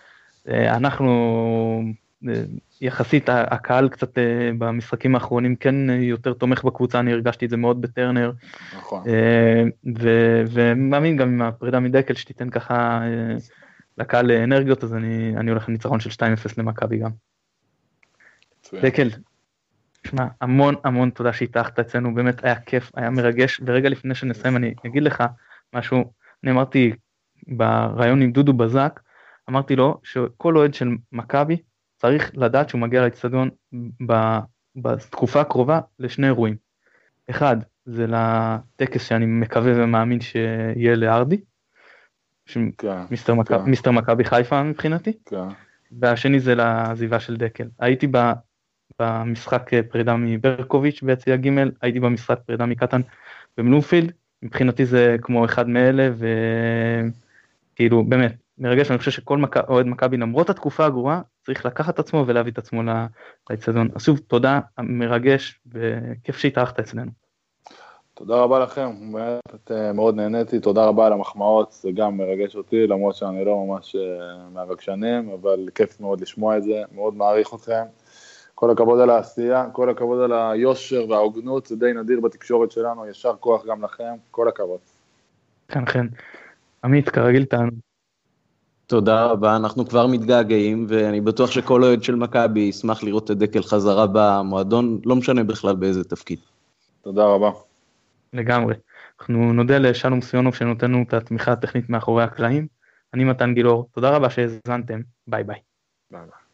אנחנו, יחסית, הקהל קצת במשחקים האחרונים כן יותר תומך בקבוצה, אני הרגשתי את זה מאוד בטרנר. נכון. ומאמין גם עם הפרידה מדקל שתיתן ככה לקהל אנרגיות, אז אני, אני הולך לניצחון של שתיים אפס למכבי גם. דקל, שמע, המון המון תודה שהתארחת אצלנו, באמת היה כיף, היה מרגש, ורגע לפני שנסיים אני אגיד לך משהו, אני אמרתי ברעיון עם דודו בזק, אמרתי לו שכל אוהד של מכבי צריך לדעת שהוא מגיע לאצטדיון בתקופה הקרובה לשני אירועים. אחד, זה לטקס שאני מקווה ומאמין שיהיה לארדי, מיסטר מכבי חיפה מבחינתי, והשני זה לעזיבה של דקל. הייתי במשחק פרידה מברקוביץ' ביציע ג', הייתי במשחק פרידה מקטן במלומפילד, מבחינתי זה כמו אחד מאלה, וכאילו באמת מרגש, אני חושב שכל אוהד מכבי למרות התקופה הגרועה, צריך לקחת את עצמו ולהביא את עצמו לאצטדיון. אז שוב, תודה, מרגש, וכיף שהתארחת אצלנו. תודה רבה לכם, באמת מאוד נהניתי, תודה רבה על המחמאות, זה גם מרגש אותי, למרות שאני לא ממש מהרגשנים, אבל כיף מאוד לשמוע את זה, מאוד מעריך אתכם, כל הכבוד על העשייה, כל הכבוד על היושר וההוגנות, זה די נדיר בתקשורת שלנו, ישר כוח גם לכם, כל הכבוד. כן, כן, עמית, כרגיל תענו. תודה רבה, אנחנו כבר מתגעגעים, ואני בטוח שכל אוהד של מכבי ישמח לראות את דקל חזרה במועדון, לא משנה בכלל באיזה תפקיד. תודה רבה. לגמרי. אנחנו נודה לשלום סיונוב שנותן לנו את התמיכה הטכנית מאחורי הקלעים. אני מתן גילאור, תודה רבה שהזנתם, ביי ביי. ביי ביי.